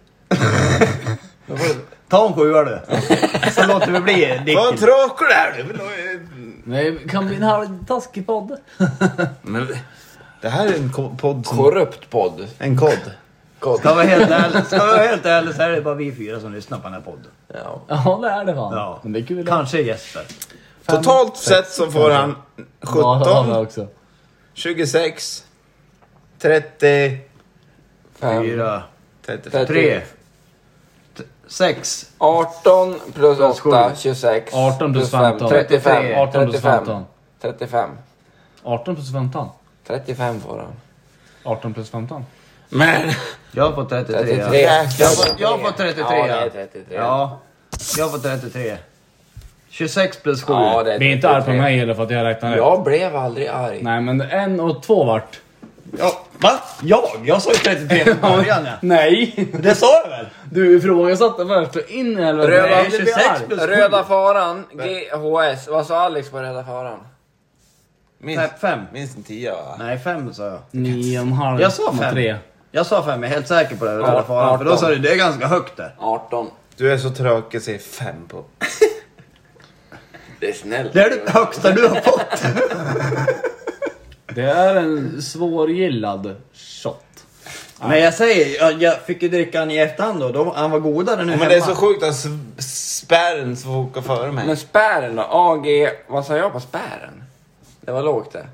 Ta en sjua du. Så låter vi bli Vad Dicken. tråkig du är! Du vill ha ju- Nej, det kan bli en halvtaskig podd. Men det här är en ko- podd som... Korrupt podd. En kod. Kod. Ska jag vara helt ärlig, ska jag vara helt ärlig så är det bara vi fyra som lyssnar på den här podden. Ja. Ja, det är det fan. Ja. Men det är kul. Kanske Jesper. Totalt sett så får han Ja, det har vi sjutton, också. tjugosex, trettio, Fem. Fyra, trettiofem. tre, t- sex, arton plus Plus sju. åtta, tjugosex. arton plus fem, femton. trettiofem. arton plus trettiofem. femton. trettiofem. arton plus femton. trettiofem får han. arton plus femton. Men... Jag har fått trettiotre. trettiotre. Ja. Jag har fått, jag har fått trettiotre. Ja, det är trettiotre. Ja, jag har fått trettiotre. tjugosex plus sju. Ja, det är Bli inte arg på trettiotre. mig eller för att jag räknar rätt. Jag blev aldrig arg. Nej, men en och två vart. Ja, va? Jag? Jag sa ju trettiotre från början. Ja. Nej! Det sa jag väl? Du ifrågasatte först och in i helvete. Röda, Nej, tjugosex plus sju. Röda faran, G H S. Vad sa Alex på Röda faran? Minst, Fem. fem. minst en tia va? Nej, fem sa jag. Nio och en halv. Jag sa fem. Tre. Jag sa fem, jag är helt säker på det. Röda Ja, faran. För då arton. sa du, det är ganska högt där. arton. Du är så tråkig att säga fem på. Det är snällt. Det är det högsta du har fått. Det är en svårgillad shot. Men jag säger, jag, jag fick ju dricka han i efterhand då. då han var godare nu Men det är så sjukt att s- spärren får åka före mig. Men spärren då? A G, vad sa jag på spärren? Det var lågt det.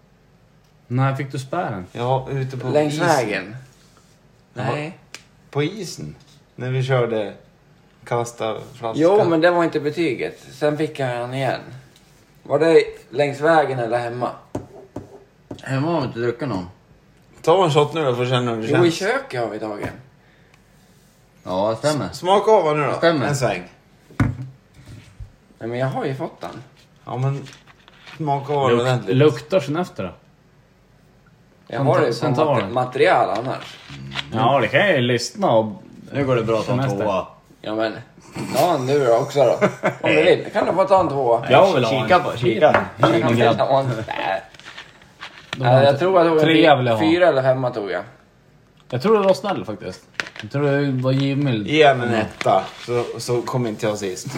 När fick du spärren? Ja, ute på Längs isen. vägen. Nej. På isen. När vi körde kasta flaska. Jo, men det var inte betyget. Sen fick jag han igen. Var det längs vägen eller hemma? Hemma har vi inte druckit någon. Ta en shot nu då för att känna hur det Jo, i känns. köket har vi tagit. Ja, det stämmer. Smaka av nu då. Stämmer. En sväng. Nej, men jag har ju fått den. Ja, men smaka av Luk- ordentligt. luktar sen efter då? Jag har det ju Sen på tar mat- den. material annars. Ja, det kan jag ju lyssna och... Nu går det bra att ta en Semester. tvåa. Ja, men ta en nu då också då. Om du vill kan du få ta en tvåa. Jag vill ha en. Kika på, kika. Jag vill ha en. Nej, jag tror jag tog Trea vill jag en ha. fy- fyra eller femma tog jag. Jag tror det var snäll faktiskt. Jag tror det var givmild. Ge en en etta, så, så kommer inte jag sist.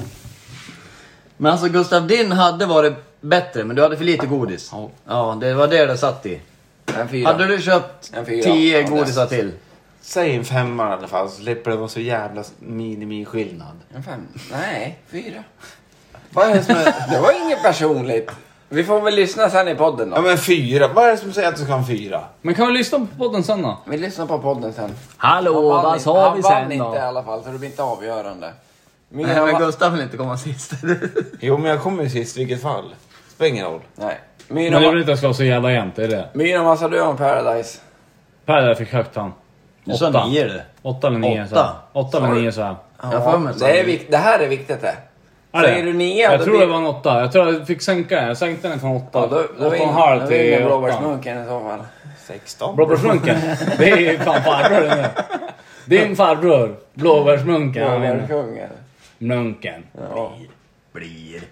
Men alltså Gustav, din hade varit bättre, men du hade för lite godis. Ja. Ja, det var det det satt i. En fyra. Hade du köpt En fyra. tio Ja, godisar det- till? Säg en femma i alla fall, så slipper det vara så jävla minimi-skillnad. En fem? Nej, fyra. Vad är det som är... Det var inget personligt. Vi får väl lyssna sen i podden Ja då. men fyra, vad är det som säger att du ska ha en fyra? Men kan vi lyssna på podden sen då? Vi lyssnar på podden sen. Hallå, Han vann vad inte- sa han vi vann sen inte i då? alla fall, så det blir inte avgörande. Myra Nej, men va- Gustav vill inte komma sist. Jo men jag kommer ju sist i vilket fall. Spelar ingen roll. Nej. Men Myra, det va- vill inte slå så jävla jämnt, det är det. Myra, vad sa du om Paradise? Per där fick högt han. Du sa Åtta. nio du. Åtta eller nio så Åtta. här. Åtta eller nio så här. Jag har för mig det, är vik- det här är viktigt det. Är det? Säger du nio? Jag då tror blir- det var en åtta. Jag tror jag fick sänka den. Jag sänkte den från åtta. Ja, då, då åtta och en halv till vinner åtta. blåbärsmunken i så fall. sexton. Blåbärsmunken. Det är ju fan farbror det nu. Din farbror. Blåbärsmunken. Han vinner. Blåbärskungen. Munken. Ja. Blir.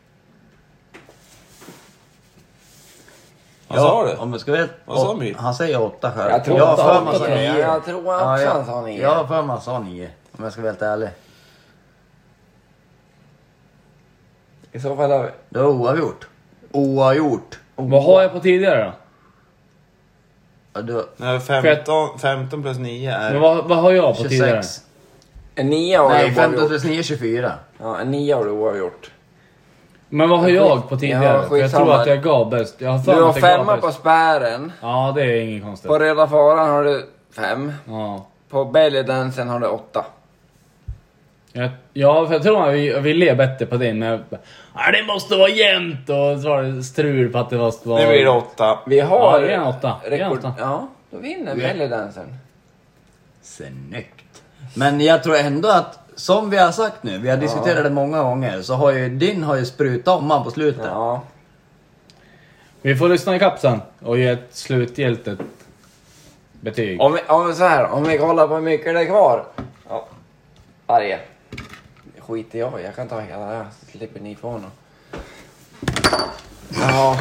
Vad sa du? Om jag ska veta. Vad sa Myr? Han säger åtta själv. Jag tror jag har åtta, för mig åtta, han sa tror jag. nio. Jag tror också Ja, jag- han sa nio. Jag har för mig han sa nio. Om jag ska vara helt ärlig. I så fall har vi... Det var oavgjort. Oavgjort. Vad har jag på tidigare då? Ja, du, Nej, femton, femton plus nio är... Men vad, vad har jag på tidigare? tjugosex. En nio har Nej, du femton oavgjort. plus nio, tjugofyra. Ja, en nio har du oavgjort. Men vad har jag på tidigare? Ja, För jag skitsamma. tror att jag gav bäst. Jag har för Du mig har att jag gav femma bäst. på spärren. Ja, det är inget konstigt. På Röda faran har du fem. Ja. På bellydansen har du åtta. Jag, ja, för jag tror att vi, vi ler bättre på din. Men jag, ja, det måste vara jämnt. Och så var det strul på att det måste vara... Nu blir det åtta. Vi har... Ja, det är en åtta. Det är en Rekord... åtta. Ja, då vinner bellydansen. Snyggt. Men jag tror ändå att, som vi har sagt nu, vi har diskuterat det många gånger, så har ju din har ju sprutat om man på slutet. Ja. Vi får lyssna i kapsen och ge ett slutgiltigt betyg. Om vi, om vi så här, om vi kollar på hur mycket det är kvar. Ja. Varje. Skiter jag i, jag kan ta hela det. Så slipper ni få något. Ja.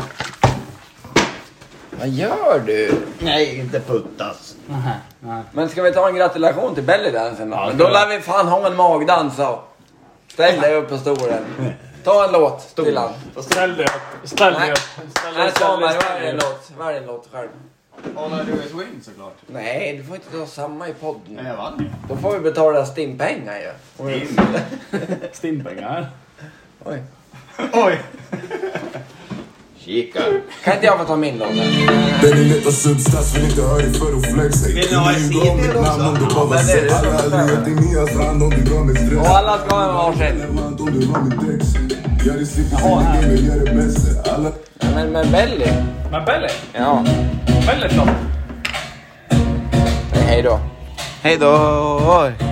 Vad gör du? Nej, inte puttas. Nähä, nej. Men ska vi ta en gratulation till bellydansen då? Ja, Men det då gör lär vi fan ha en magdans då. Ställ dig upp på stolen. Ta en låt till han. Ställ dig upp. Ställ dig Nej. upp. Ställ dig Nej, upp. Ställ Svanberg, dig, välj en ställ dig. låt. Välj en låt själv. All I do is win såklart. Nej, du får inte ta samma i podden. Jag vann ju. Då får vi betala stimpengar ju. Stimpengar. Oj. Oj. Kika. Kan inte jag få ta min låt här? Den är lätt och substans, vill inte höra dig för att flexa. Vill ni ha en C D också? Namn om du bara men det är det ser. som Alla bestämmer. aldrig gett dig nya strand om du gav mig stress. Och alla ska ha en varsin. Relevant om du har mitt ex. Jag är sick och sen gamer, jag är det bästa. Alla... Ja, men med Belly. Men Belly. Ja. Belly då? Hej då. Hej då!